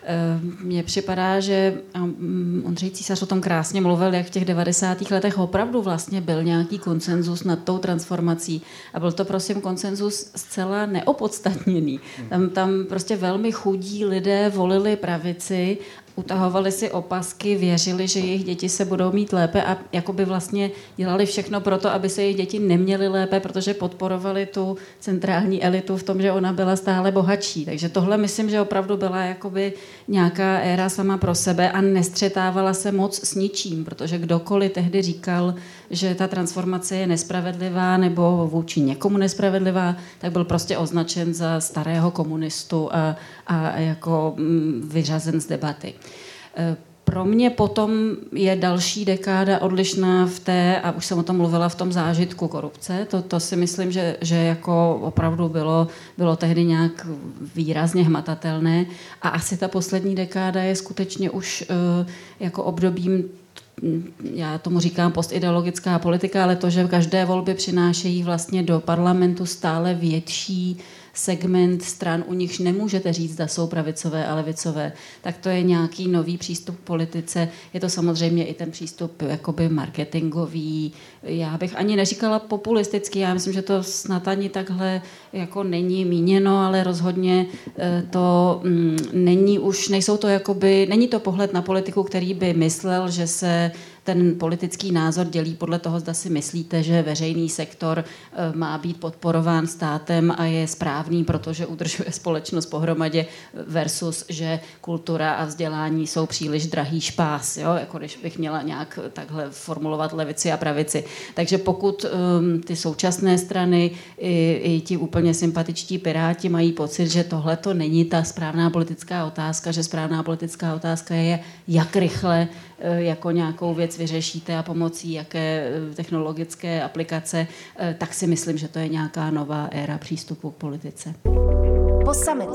Mně připadá, že Ondřej Císař o tom krásně mluvil, jak v těch devadesátých letech opravdu vlastně byl nějaký konsenzus nad tou transformací a byl to prosím konsenzus zcela neopodstatněný. Tam, tam prostě velmi chudí lidé volili pravici, utahovali si opasky, věřili, že jejich děti se budou mít lépe a jakoby vlastně dělali všechno pro to, aby se jejich děti neměly lépe, protože podporovali tu centrální elitu v tom, že ona byla stále bohatší. Takže tohle myslím, že opravdu byla jakoby nějaká éra sama pro sebe a nestřetávala se moc s ničím, protože kdokoliv tehdy říkal, že ta transformace je nespravedlivá nebo vůči někomu nespravedlivá, tak byl prostě označen za starého komunistu a, a jako vyřazen z debaty. Pro mě potom je další dekáda odlišná v té, a už jsem o tom mluvila, v tom zážitku korupce. To, to si myslím, že, že jako opravdu bylo, bylo tehdy nějak výrazně hmatatelné. A asi ta poslední dekáda je skutečně už uh, jako obdobím, já tomu říkám postideologická politika, ale to, že každé volby přinášejí vlastně do parlamentu stále větší segment stran, u nichž nemůžete říct, zda jsou pravicové a levicové, tak to je nějaký nový přístup k politice. Je to samozřejmě i ten přístup jakoby marketingový. Já bych ani neříkala populistický, já myslím, že to snad ani takhle jako není míněno, ale rozhodně to mm, není už, nejsou to jakoby, není to pohled na politiku, který by myslel, že se ten politický názor dělí podle toho, zda si myslíte, že veřejný sektor má být podporován státem a je správný, protože udržuje společnost pohromadě versus, že kultura a vzdělání jsou příliš drahý špás, jo? Jako když bych měla nějak takhle formulovat levici a pravici. Takže pokud um, ty současné strany i, i ti úplně sympatičtí piráti mají pocit, že tohle to není ta správná politická otázka, že správná politická otázka je, jak rychle jako nějakou věc vyřešíte a pomocí jaké technologické aplikace, tak si myslím, že to je nějaká nová éra přístupu k politice. Po summit.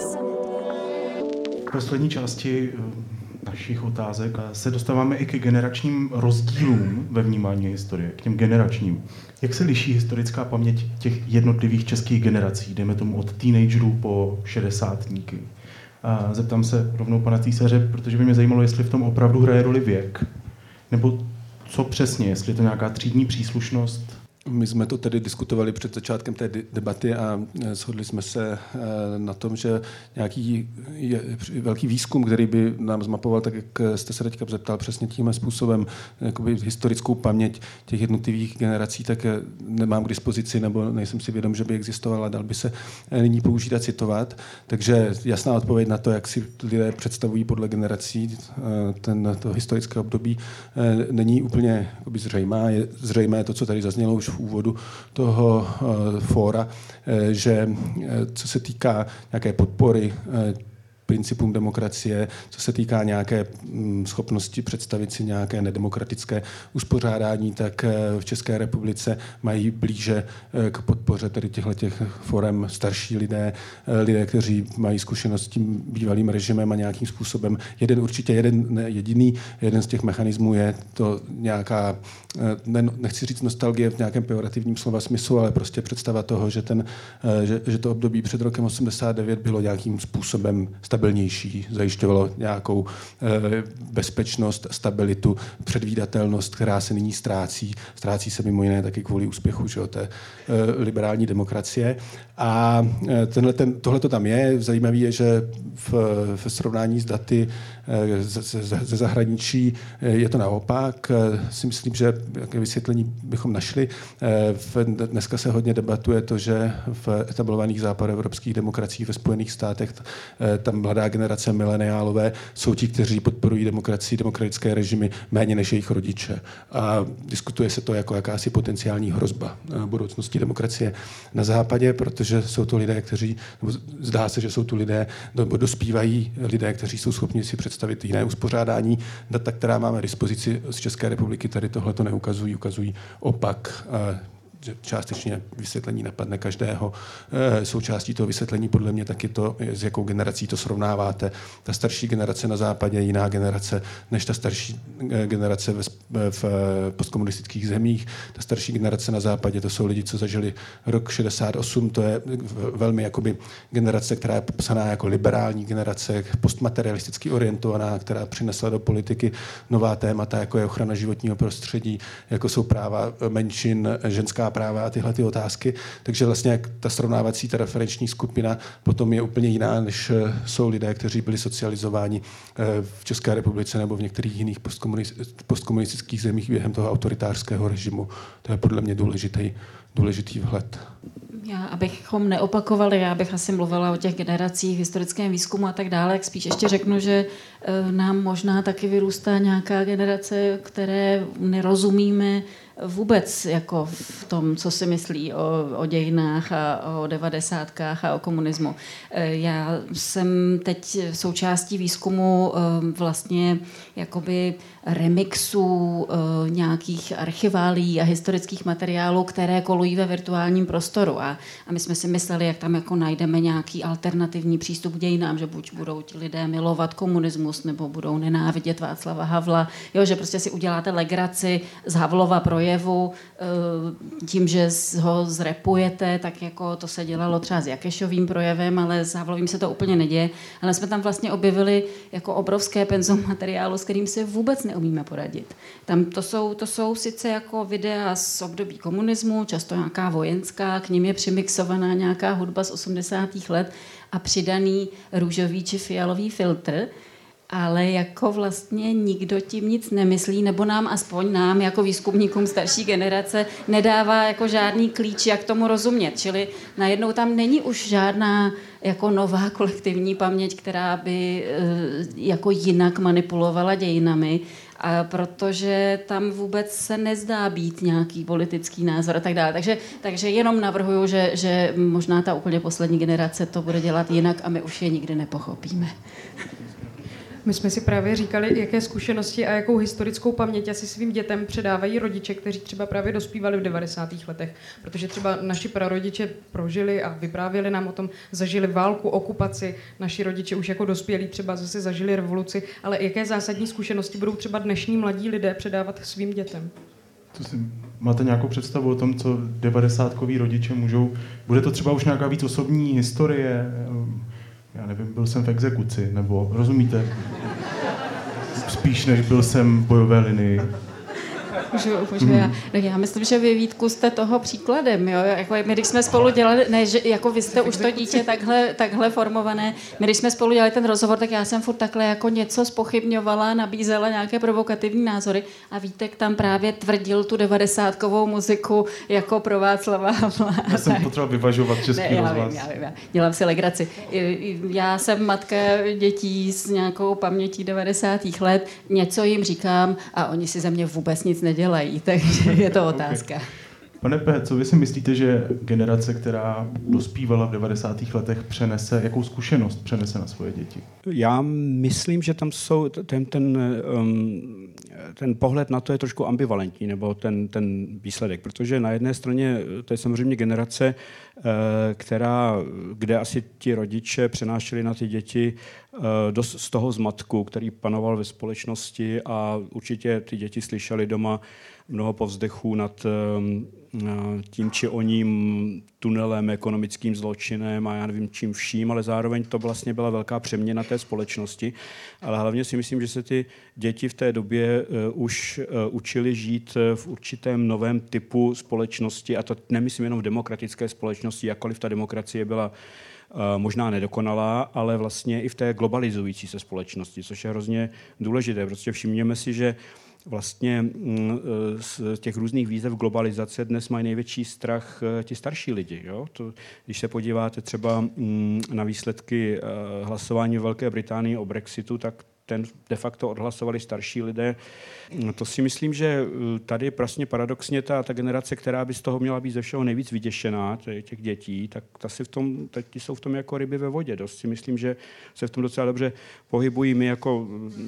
V poslední části našich otázek se dostáváme i ke generačním rozdílům ve vnímání historie, k těm generačním. Jak se liší historická paměť těch jednotlivých českých generací, dejme tomu od teenagerů po šedesátníky? A zeptám se rovnou pana Císaře, protože by mě zajímalo, jestli v tom opravdu hraje roli věk, nebo co přesně, jestli je to nějaká třídní příslušnost. My jsme to tedy diskutovali před začátkem té debaty a shodli jsme se na tom, že nějaký velký výzkum, který by nám zmapoval, tak jak jste se teďka zeptal přesně tímhle způsobem, jakoby historickou paměť těch jednotlivých generací, tak nemám k dispozici, nebo nejsem si vědom, že by existovala, dal by se nyní použít a citovat. Takže jasná odpověď na to, jak si lidé představují podle generací ten, to historické období, není úplně zřejmá. Je zřejmé to, co tady zaznělo už v úvodu toho uh, fóra, uh, že uh, co se týká nějaké podpory uh, principům demokracie, co se týká nějaké mm, schopnosti představit si nějaké nedemokratické uspořádání, tak v České republice mají blíže k podpoře tedy těchto forem starší lidé, lidé, kteří mají zkušenost s tím bývalým režimem a nějakým způsobem. Jeden určitě jeden ne, jediný, jeden z těch mechanismů je to nějaká, ne, nechci říct nostalgie v nějakém pejorativním slova smyslu, ale prostě představa toho, že, ten, že, že to období před rokem osmdesát devět bylo nějakým způsobem stabilnější, zajišťovalo nějakou bezpečnost, stabilitu, předvídatelnost, která se nyní ztrácí. Ztrácí se mimo jiné taky kvůli úspěchu, že jo, té liberální demokracie. A tenhle, ten, tohle to tam je. Zajímavé je, že v, v srovnání s daty ze, ze, ze zahraničí je to naopak. Si myslím, že jaké vysvětlení bychom našli. V, dneska se hodně debatuje to, že v etablovaných západoevropských demokraciích ve Spojených státech tam mladá generace mileniálové jsou ti, kteří podporují demokracii, demokratické režimy méně než jejich rodiče. A diskutuje se to jako jakási potenciální hrozba budoucnosti demokracie na západě, protože jsou to lidé, kteří, nebo zdá se, že jsou tu lidé, nebo dospívají lidé, kteří jsou schopni si představit jiné uspořádání. Data, která máme k dispozici z České republiky, tady tohle to neukazují, ukazují opak. Že částečně vysvětlení napadne každého. Součástí toho vysvětlení podle mě taky to, s jakou generací to srovnáváte. Ta starší generace na západě je jiná generace než ta starší generace v, v postkomunistických zemích. Ta starší generace na západě, to jsou lidi, co zažili rok šedesát osm, to je velmi jakoby generace, která je popsaná jako liberální generace, postmaterialisticky orientovaná, která přinesla do politiky nová témata, jako je ochrana životního prostředí, jako jsou práva menšin, ženská práva a tyhle ty otázky. Takže vlastně jak ta srovnávací, ta referenční skupina potom je úplně jiná, než jsou lidé, kteří byli socializováni v České republice nebo v některých jiných postkomunistických zemích během toho autoritářského režimu. To je podle mě důležitý, důležitý vhled. Já, abychom neopakovali, já bych asi mluvila o těch generacích, historickém výzkumu a tak dále, jak spíš ještě řeknu, že nám možná taky vyrůstá nějaká generace, které nerozumíme vůbec jako v tom, co si myslí o, o dějinách a o devadesátkách a o komunismu. Já jsem teď součástí výzkumu vlastně jakoby remixů nějakých archiválí a historických materiálů, které kolují ve virtuálním prostoru. A, a my jsme si mysleli, jak tam jako najdeme nějaký alternativní přístup k dějinám, že buď budou ti lidé milovat komunismus, nebo budou nenávidět Václava Havla. Jo, že prostě si uděláte legraci z Havlova projevu tím, že ho zrepujete, tak jako to se dělalo třeba s Jakešovým projevem, ale s Havlovým se to úplně neděje. Ale jsme tam vlastně objevili jako obrovské penzum materiálu, s kterým se vůbec neumíme poradit. Tam to jsou, to jsou sice jako videa z období komunismu, často nějaká vojenská, k nim je přimixovaná nějaká hudba z osmdesátých let a přidaný růžový či fialový filtr, ale jako vlastně nikdo tím nic nemyslí, nebo nám, aspoň nám, jako výzkumníkům starší generace, nedává jako žádný klíč, jak tomu rozumět. Čili najednou tam není už žádná jako nová kolektivní paměť, která by jako jinak manipulovala dějinami, a protože tam vůbec se nezdá být nějaký politický názor a tak dále. Takže, takže jenom navrhuju, že, že možná ta úplně poslední generace to bude dělat jinak a my už je nikdy nepochopíme. My jsme si právě říkali, jaké zkušenosti a jakou historickou paměť asi svým dětem předávají rodiče, kteří třeba právě dospívali v devadesátých letech. Protože třeba naši prarodiče prožili a vyprávěli nám o tom, zažili válku, okupaci, naši rodiče už jako dospělí třeba zase zažili revoluci, ale jaké zásadní zkušenosti budou třeba dnešní mladí lidé předávat svým dětem? To si, máte nějakou představu o tom, co devadesátkoví rodiče můžou? Bude to třeba už nějaká víc osobní historie? Já nevím, byl jsem v exekuci, nebo rozumíte? Spíš než byl jsem v bojové linii. Můžu, můžu mm. já. No já myslím, že vy, Vítku, jste toho příkladem. Jo? Jako my, když jsme spolu dělali, ne, že jako vy jste už to dítě takhle, takhle formované, my, když jsme spolu dělali ten rozhovor, tak já jsem furt takhle jako něco zpochybňovala, nabízela nějaké provokativní názory a Vítek tam právě tvrdil tu devadesátkovou muziku jako pro Václava Havla. Já jsem potřeba vyvažovat Český rozhlas. Já vím, já vím, já dělám si legraci. Já jsem matka dětí s nějakou pamětí devadesátých let, něco jim říkám a oni si ze mě vůbec nic nedělají, takže je to otázka. Okay. Pane P., co vy si myslíte, že generace, která dospívala v devadesátých letech, přenese, jakou zkušenost přenese na svoje děti? Já myslím, že tam jsou ten, ten, um, ten pohled na to je trošku ambivalentní, nebo ten, ten výsledek, protože na jedné straně to je samozřejmě generace, která, kde asi ti rodiče přenášeli na ty děti dost z toho zmatku, který panoval ve společnosti, a určitě ty děti slyšely doma mnoho povzdechů nad tím či oním tunelem, ekonomickým zločinem a já nevím čím vším, ale zároveň to vlastně byla velká přeměna té společnosti. Ale hlavně si myslím, že se ty děti v té době uh, už uh, učili žít v určitém novém typu společnosti, a to nemyslím jenom v demokratické společnosti, jakkoliv ta demokracie byla uh, možná nedokonalá, ale vlastně i v té globalizující se společnosti, což je hrozně důležité. Prostě všimněme si, že vlastně z těch různých výzev globalizace dnes mají největší strach ti starší lidi. Jo? To, když se podíváte třeba na výsledky hlasování v Velké Británii o Brexitu, tak ten de facto odhlasovali starší lidé. To si myslím, že tady vlastně paradoxně ta, ta generace, která by z toho měla být ze všeho nejvíc vyděšená, těch dětí, tak ta si v tom, ti jsou v tom jako ryby ve vodě. Dost si myslím, že se v tom docela dobře pohybují. My jako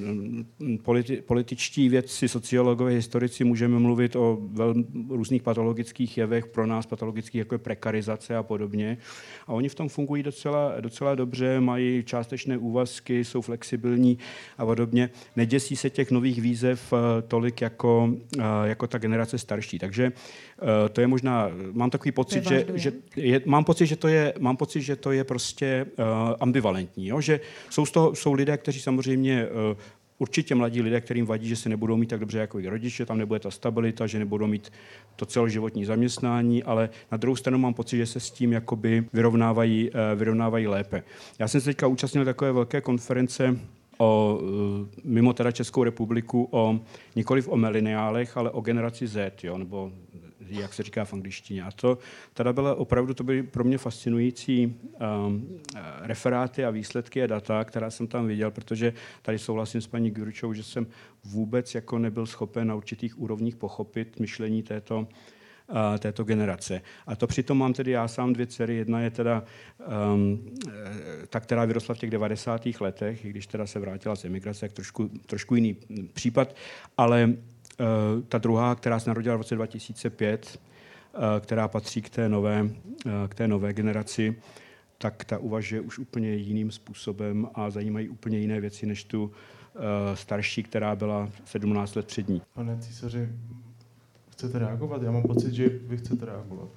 politi, političtí vědci, sociologové, historici můžeme mluvit o velmi různých patologických jevech, pro nás patologických, jako je prekarizace a podobně. A oni v tom fungují docela, docela dobře, mají částečné úvazky, jsou flexibilní a podobně. Neděsí se těch nových výzev tolik jako, jako ta generace starší. Takže to je možná, mám takový pocit, že, že je, mám pocit, že to je, mám pocit, že to je prostě uh, ambivalentní, jo? Že jsou, z toho, jsou lidé, kteří samozřejmě uh, určitě mladí lidé, kterým vadí, že se nebudou mít tak dobře jako jejich rodiče, tam nebude ta stabilita, že nebudou mít to celoživotní zaměstnání, ale na druhou stranu mám pocit, že se s tím jakoby vyrovnávají, uh, vyrovnávají lépe. Já jsem se teďka účastnil takové velké konference o, mimo teda Českou republiku, o, nikoliv o mileniálech, ale o generaci Z, jo, nebo jak se říká v angličtině. A to teda bylo opravdu, to byly pro mě fascinující um, referáty a výsledky a data, která jsem tam viděl, protože tady souhlasím s paní Gyurčou, že jsem vůbec jako nebyl schopen na určitých úrovních pochopit myšlení této této generace. A to přitom mám tedy já sám dvě dcery. Jedna je teda um, ta, která vyrostla v těch devadesátých letech, i když teda se vrátila z emigrace, tak trošku, trošku jiný případ, ale uh, ta druhá, která se narodila v roce dva tisíce pět, uh, která patří k té nové, uh, k té nové generaci, tak ta uvažuje už úplně jiným způsobem a zajímají úplně jiné věci než tu uh, starší, která byla sedmnáct let před ní. Pane císaři, chcete reagovat? Já mám pocit, že vy chcete reagovat.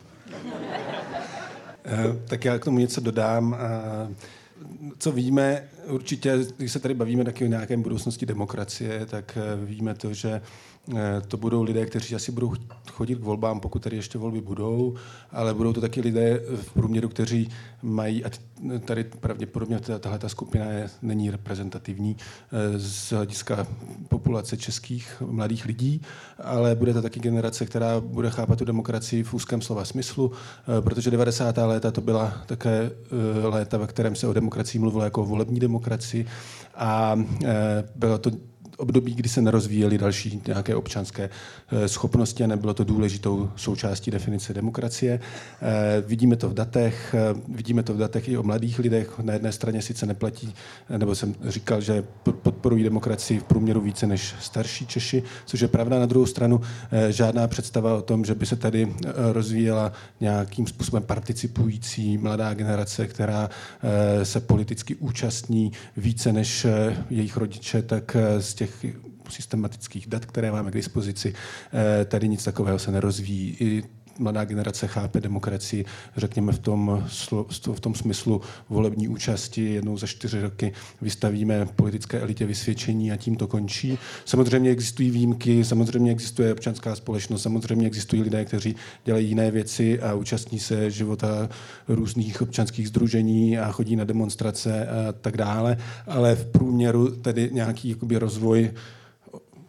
Tak já k tomu něco dodám. Co víme, určitě, když se tady bavíme taky o nějaké budoucnosti demokracie, tak víme to, že to budou lidé, kteří asi budou chodit k volbám, pokud tady ještě volby budou, ale budou to taky lidé v průměru, kteří mají, a tady pravděpodobně tahle ta skupina je, není reprezentativní z hlediska populace českých mladých lidí, ale bude to taky generace, která bude chápat tu demokracii v úzkém slova smyslu, protože devadesátá léta to byla také léta, ve kterém se o demokracii mluvilo jako o volební demokracii a bylo to období, kdy se nerozvíjely další nějaké občanské schopnosti a nebylo to důležitou součástí definice demokracie. Vidíme to v datech, vidíme to v datech i o mladých lidech. Na jedné straně sice neplatí, nebo jsem říkal, že podporují demokracii v průměru více než starší Češi, což je pravda. Na druhou stranu žádná představa o tom, že by se tady rozvíjela nějakým způsobem participující mladá generace, která se politicky účastní více než jejich rodiče, tak z těch systematických dat, které máme k dispozici, tady nic takového se nerozvíjí. I mladá generace chápe demokracii, řekněme v tom, v tom smyslu volební účasti. Jednou za čtyři roky vystavíme politické elitě vysvědčení a tím to končí. Samozřejmě existují výjimky, samozřejmě existuje občanská společnost, samozřejmě existují lidé, kteří dělají jiné věci a účastní se života různých občanských sdružení a chodí na demonstrace a tak dále, ale v průměru tedy nějaký jakoby rozvoj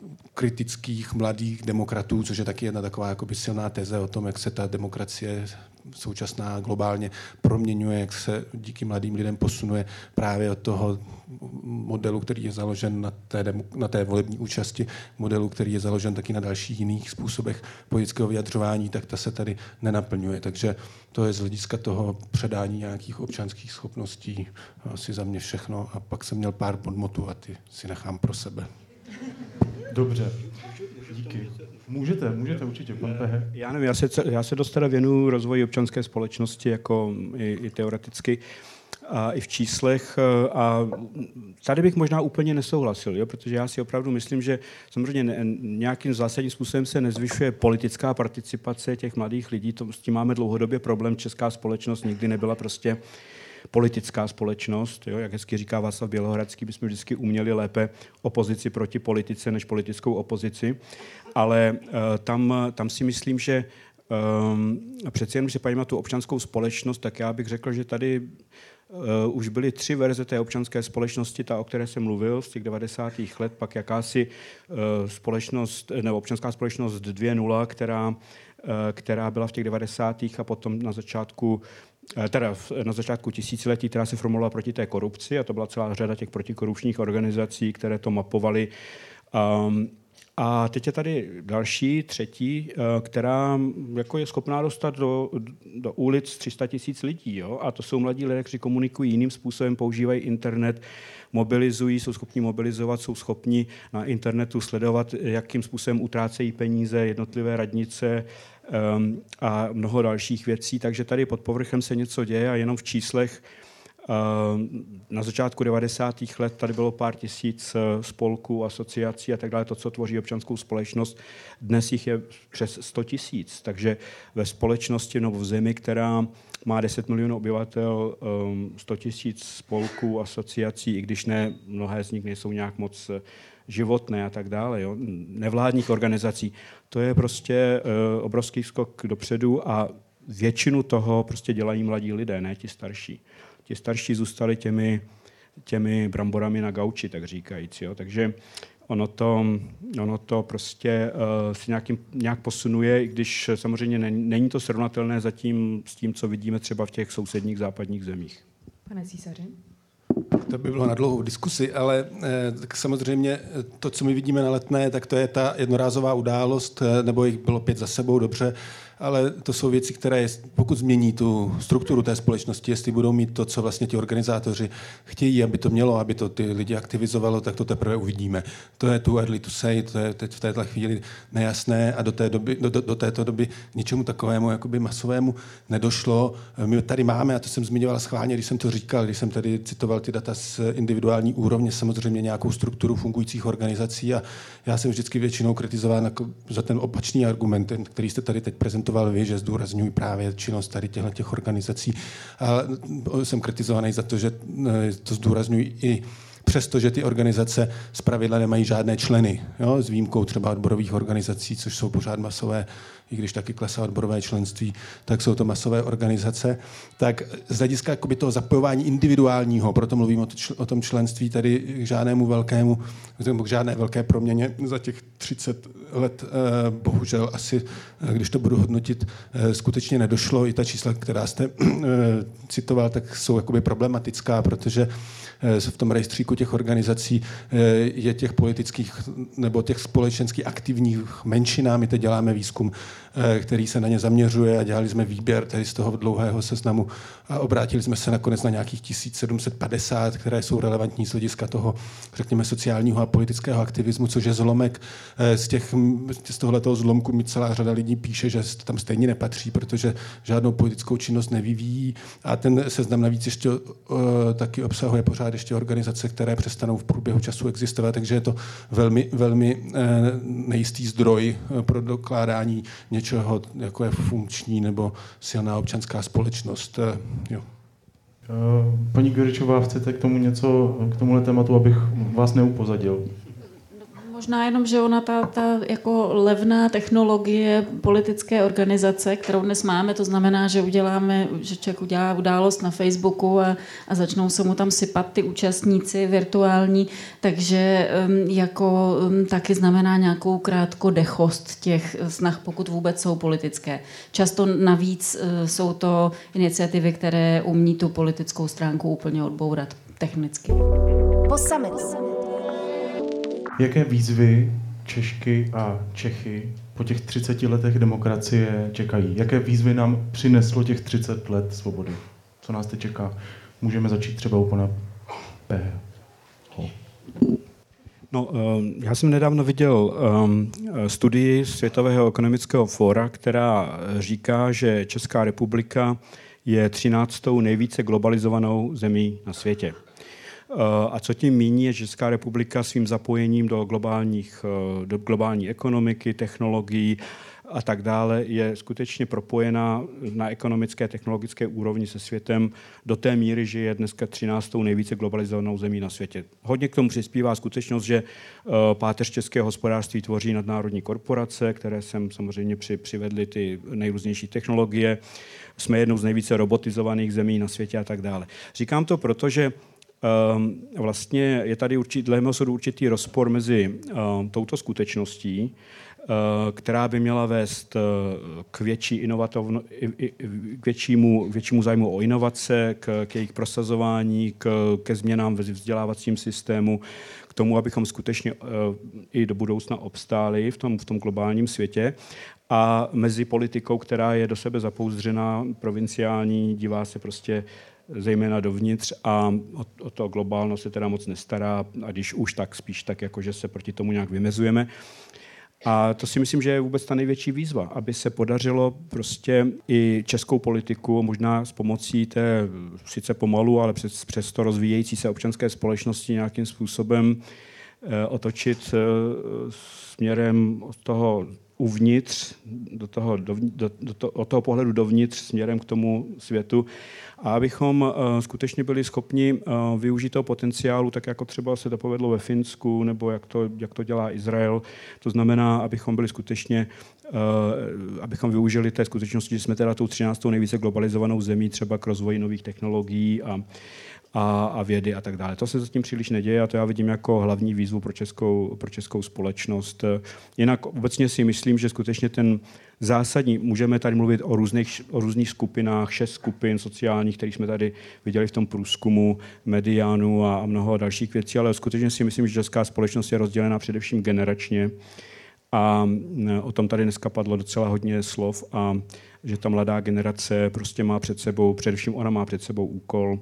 kritických mladých demokratů, což je taky jedna taková jakoby silná teze o tom, jak se ta demokracie současná globálně proměňuje, jak se díky mladým lidem posunuje právě od toho modelu, který je založen na té, demo, na té volební účasti, modelu, který je založen taky na dalších jiných způsobech politického vyjadřování, tak ta se tady nenaplňuje. Takže to je z hlediska toho předání nějakých občanských schopností asi za mě všechno. A pak jsem měl pár podmotů a ty si nechám pro sebe. Dobře. Díky. Můžete, můžete určitě, pan Pehe. Já nevím, já se, já se dost teda věnuju rozvoji občanské společnosti jako i, i teoreticky a i v číslech a tady bych možná úplně nesouhlasil, jo, protože já si opravdu myslím, že samozřejmě ne, nějakým zásadním způsobem se nezvyšuje politická participace těch mladých lidí, to, s tím máme dlouhodobě problém, česká společnost nikdy nebyla prostě politická společnost, jo, jak hezky říká Václav Bělohradský, bychom vždycky uměli lépe opozici proti politice než politickou opozici, ale uh, tam, tam si myslím, že um, přeci jenom, že paní tu občanskou společnost, tak já bych řekl, že tady uh, už byly tři verze té občanské společnosti, ta, o které jsem mluvil z těch devadesátých let, pak jakási uh, společnost, nebo občanská společnost dva tečka nula, která, uh, která byla v těch devadesátých a potom na začátku teda na začátku tisíciletí, která se formulovala proti té korupci a to byla celá řada těch protikorupčních organizací, které to mapovaly. Um, a teď je tady další, třetí, která jako je schopná dostat do, do ulic tři sta tisíc lidí. Jo? A to jsou mladí lidé, kteří komunikují jiným způsobem, používají internet, mobilizují, jsou schopni mobilizovat, jsou schopni na internetu sledovat, jakým způsobem utrácejí peníze jednotlivé radnice, Um, a mnoho dalších věcí, takže tady pod povrchem se něco děje a jenom v číslech um, na začátku devadesátých let tady bylo pár tisíc uh, spolků, asociací a tak dále, to, co tvoří občanskou společnost. Dnes jich je přes sto tisíc, takže ve společnosti nebo v zemi, která má deset milionů obyvatel, um, sto tisíc spolků, asociací, i když ne, mnohé z nich nejsou nějak moc životné a tak dále, jo, nevládních organizací. To je prostě uh, obrovský skok dopředu a většinu toho prostě dělají mladí lidé, ne ti starší. Ti starší zůstali těmi, těmi bramborami na gauči, tak říkajíc. Jo. Takže ono to, ono to prostě uh, se nějakým, nějak posunuje, i když samozřejmě není, není to srovnatelné zatím s tím, co vidíme třeba v těch sousedních západních zemích. Pane Císaři? To by bylo na dlouhou diskusi, ale eh, tak samozřejmě to, co my vidíme na Letné, tak to je ta jednorázová událost, eh, nebo jich bylo pět za sebou, dobře, ale to jsou věci, které, pokud změní tu strukturu té společnosti, jestli budou mít to, co vlastně ti organizátoři chtějí, aby to mělo, aby to ty lidi aktivizovalo, tak to teprve uvidíme. To je too early to say, to je teď v této chvíli nejasné a do, té doby, do, do, do této doby ničemu takovému jakoby masovému nedošlo. My tady máme, a to jsem zmiňoval schválně, když jsem to říkal, když jsem tady citoval ty data z individuální úrovně, samozřejmě nějakou strukturu fungujících organizací a já jsem vždycky většinou kritizoval jako za ten opačný argument, který jste tady teď prezentovali vy, že zdůrazňují právě činnost tady těchto těch organizací. A jsem kritizovaný za to, že to zdůrazňují i přesto, že ty organizace zpravidla nemají žádné členy, jo, s výjimkou třeba odborových organizací, což jsou pořád masové, i když taky klesá odborové členství, tak jsou to masové organizace. Tak z hlediska jakoby toho zapojování individuálního, proto mluvím o, čl- o tom členství, tady k žádnému velkému, k žádné velké proměně za těch třicet let eh, bohužel asi, když to budu hodnotit, eh, skutečně nedošlo. I ta čísla, která jste eh, citoval, tak jsou jakoby problematická, protože eh, v tom rejstříku těch organizací eh, je těch politických nebo těch společensky aktivních menšinách. My teď děláme výzkum, který se na ně zaměřuje a dělali jsme výběr tady z toho dlouhého seznamu a obrátili jsme se nakonec na nějakých tisíc sedm set padesát, které jsou relevantní z hlediska toho, řekněme, sociálního a politického aktivismu, což je zlomek. Z, těch, z tohoto zlomku mi celá řada lidí píše, že tam stejně nepatří, protože žádnou politickou činnost nevyvíjí a ten seznam navíc ještě uh, taky obsahuje pořád ještě organizace, které přestanou v průběhu času existovat, takže je to velmi, velmi uh, nejistý zdroj uh, pro dokládání něčeho, jako je funkční nebo silná občanská společnost. Jo. Paní Gyuričová, chcete k tomu něco, k tomuhle tématu, abych vás neupozadil? Možná jenom, že ona ta, ta jako levná technologie politické organizace, kterou dnes máme, to znamená, že uděláme, že člověk udělá událost na Facebooku a, a začnou se mu tam sypat ty účastníci virtuální, takže um, jako um, taky znamená nějakou krátkodechost těch snah, pokud vůbec jsou politické. Často navíc uh, jsou to iniciativy, které umí tu politickou stránku úplně odbourat technicky. Po summitu. Jaké výzvy Češky a Čechy po těch třiceti letech demokracie čekají? Jaké výzvy nám přineslo těch třicet let svobody? Co nás teď čeká? Můžeme začít třeba u pana P. No, já jsem nedávno viděl um, studii Světového ekonomického fóra, která říká, že Česká republika je třináctou nejvíce globalizovanou zemí na světě. A co tím míní, je, že Česká republika svým zapojením do, globálních, do globální ekonomiky, technologií a tak dále je skutečně propojená na ekonomické a technologické úrovni se světem do té míry, že je dneska třináctou nejvíce globalizovanou zemí na světě. Hodně k tomu přispívá skutečnost, že páteř českého hospodářství tvoří nadnárodní korporace, které sem samozřejmě při, přivedly ty nejrůznější technologie. Jsme jednou z nejvíce robotizovaných zemí na světě a tak dále. Říkám to proto, že Um, vlastně je tady určitý, dle mého soudu určitý rozpor mezi um, touto skutečností, uh, která by měla vést uh, k, větší inovativno, i, i, k, většímu, k většímu zájmu o inovace, k, k jejich prosazování, k, ke změnám ve vzdělávacím systému, k tomu, abychom skutečně uh, i do budoucna obstáli v tom, v tom globálním světě. A mezi politikou, která je do sebe zapouzdřená, provinciální, dívá se prostě zejména dovnitř a o, o to globálno se teda moc nestará a když už, tak spíš tak, jako že se proti tomu nějak vymezujeme. A to si myslím, že je vůbec ta největší výzva, aby se podařilo prostě i českou politiku, možná s pomocí té sice pomalu, ale přes, přes to rozvíjející se občanské společnosti nějakým způsobem eh, otočit eh, směrem od toho uvnitř, do toho, do, do, do to, od toho pohledu dovnitř směrem k tomu světu a abychom uh, skutečně byli schopni uh, využít toho potenciálu, tak jako třeba se to povedlo ve Finsku, nebo jak to, jak to dělá Izrael. To znamená, abychom byli skutečně, uh, abychom využili té skutečnosti, že jsme teda tou třináctou nejvíce globalizovanou zemí třeba k rozvoji nových technologií a A, a vědy a tak dále. To se zatím příliš neděje a to já vidím jako hlavní výzvu pro českou, pro českou společnost. Jinak obecně si myslím, že skutečně ten zásadní, můžeme tady mluvit o různých, o různých skupinách, šest skupin sociálních, které jsme tady viděli v tom průzkumu Mediánu a, a mnoho dalších věcí, ale skutečně si myslím, že česká společnost je rozdělená především generačně a o tom tady dneska padlo docela hodně slov a že ta mladá generace prostě má před sebou, především ona má před sebou úkol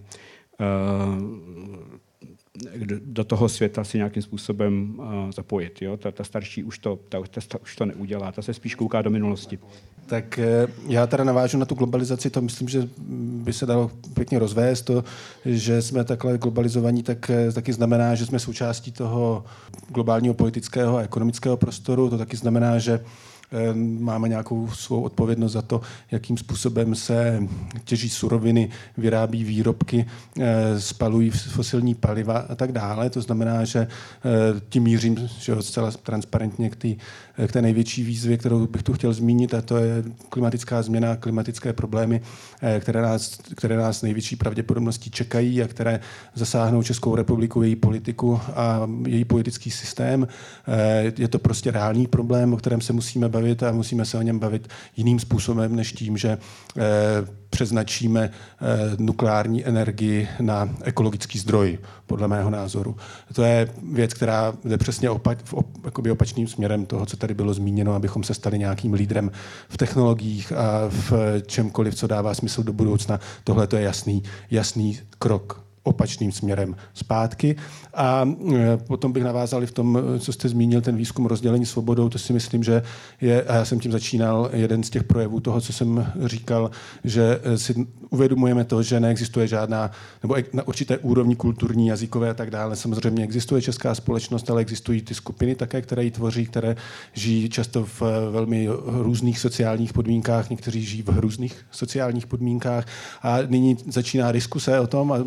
do toho světa si nějakým způsobem zapojit. Jo? Ta, ta starší už to, ta, ta už to neudělá, ta se spíš kouká do minulosti. Tak já teda navážu na tu globalizaci, to myslím, že by se dalo pěkně rozvést. To, že jsme takhle globalizovaní, tak taky znamená, že jsme součástí toho globálního politického a ekonomického prostoru. To taky znamená, že máme nějakou svou odpovědnost za to, jakým způsobem se těží suroviny, vyrábí výrobky, spalují fosilní paliva a tak dále. To znamená, že tím mířím že zcela transparentně k, tý, k té největší výzvě, kterou bych tu chtěl zmínit, a to je klimatická změna, klimatické problémy, které nás, které nás největší pravděpodobností čekají a které zasáhnou Českou republiku, její politiku a její politický systém. Je to prostě reálný problém, o kterém se musíme bavit a musíme se o něm bavit jiným způsobem, než tím, že eh, přeznačíme eh, nukleární energii na ekologický zdroj, podle mého názoru. To je věc, která jde přesně opa- v op- jakoby opačným směrem toho, co tady bylo zmíněno, abychom se stali nějakým lídrem v technologiích a v čemkoliv, co dává smysl do budoucna. Tohle to je jasný, jasný krok opačným směrem zpátky. A potom bych navázal i v tom, co jste zmínil, ten výzkum rozdělení svobodou, to si myslím, že je, a já jsem tím začínal, jeden z těch projevů toho, co jsem říkal, že si uvědomujeme to, že neexistuje žádná, nebo na určité úrovni kulturní, jazykové a tak dále. Samozřejmě existuje česká společnost, ale existují ty skupiny také, které ji tvoří, které žijí často v velmi různých sociálních podmínkách, někteří žijí v různých sociálních podmínkách a nyní začíná diskuse o tom a můžeme se o tom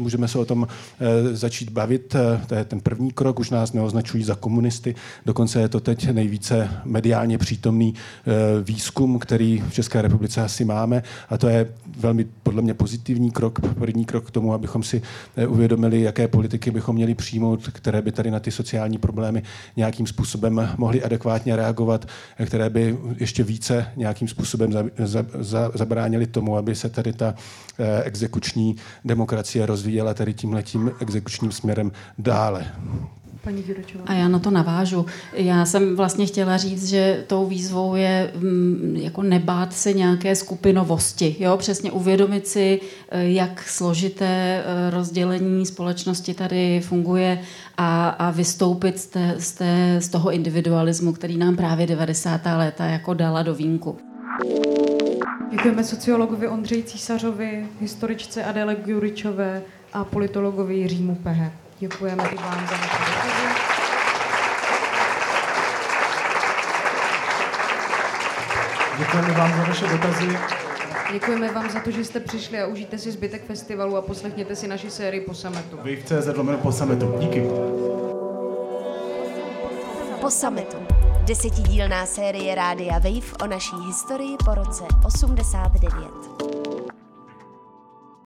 tom e, začít bavit. To je ten první krok, už nás neoznačují za komunisty, dokonce je to teď nejvíce mediálně přítomný e, výzkum, který v České republice asi máme, a to je velmi podle mě pozitivní krok, první krok k tomu, abychom si e, uvědomili, jaké politiky bychom měli přijmout, které by tady na ty sociální problémy nějakým způsobem mohly adekvátně reagovat, které by ještě více nějakým způsobem za, za, za, zabránili tomu, aby se tady ta eh, exekuční demokracie rozvíjela tady tímhletím exekučním směrem dále. Paní Jurečová. A já na to navážu. Já jsem vlastně chtěla říct, že tou výzvou je m, jako nebát se nějaké skupinovosti. Jo? Přesně uvědomit si, jak složité rozdělení společnosti tady funguje a, a vystoupit z, té, z, té, z toho individualismu, který nám právě devadesátá léta jako dala do vínku. Děkujeme sociologovi Ondřeji Císařovi, historičce Adéle Gyuričové a politologovi Jiřímu Pehe. Děkujeme i vám za vaše dotazy. Děkujeme vám za vaše dotazy. Děkujeme vám za to, že jste přišli a užijte si zbytek festivalu a poslechněte si naši sérii Po sametu. Wave tečka cé zet lomeno Po sametu. Díky. Po sametu. Desetidílná série Rádia Wave o naší historii po roce osmdesát devět.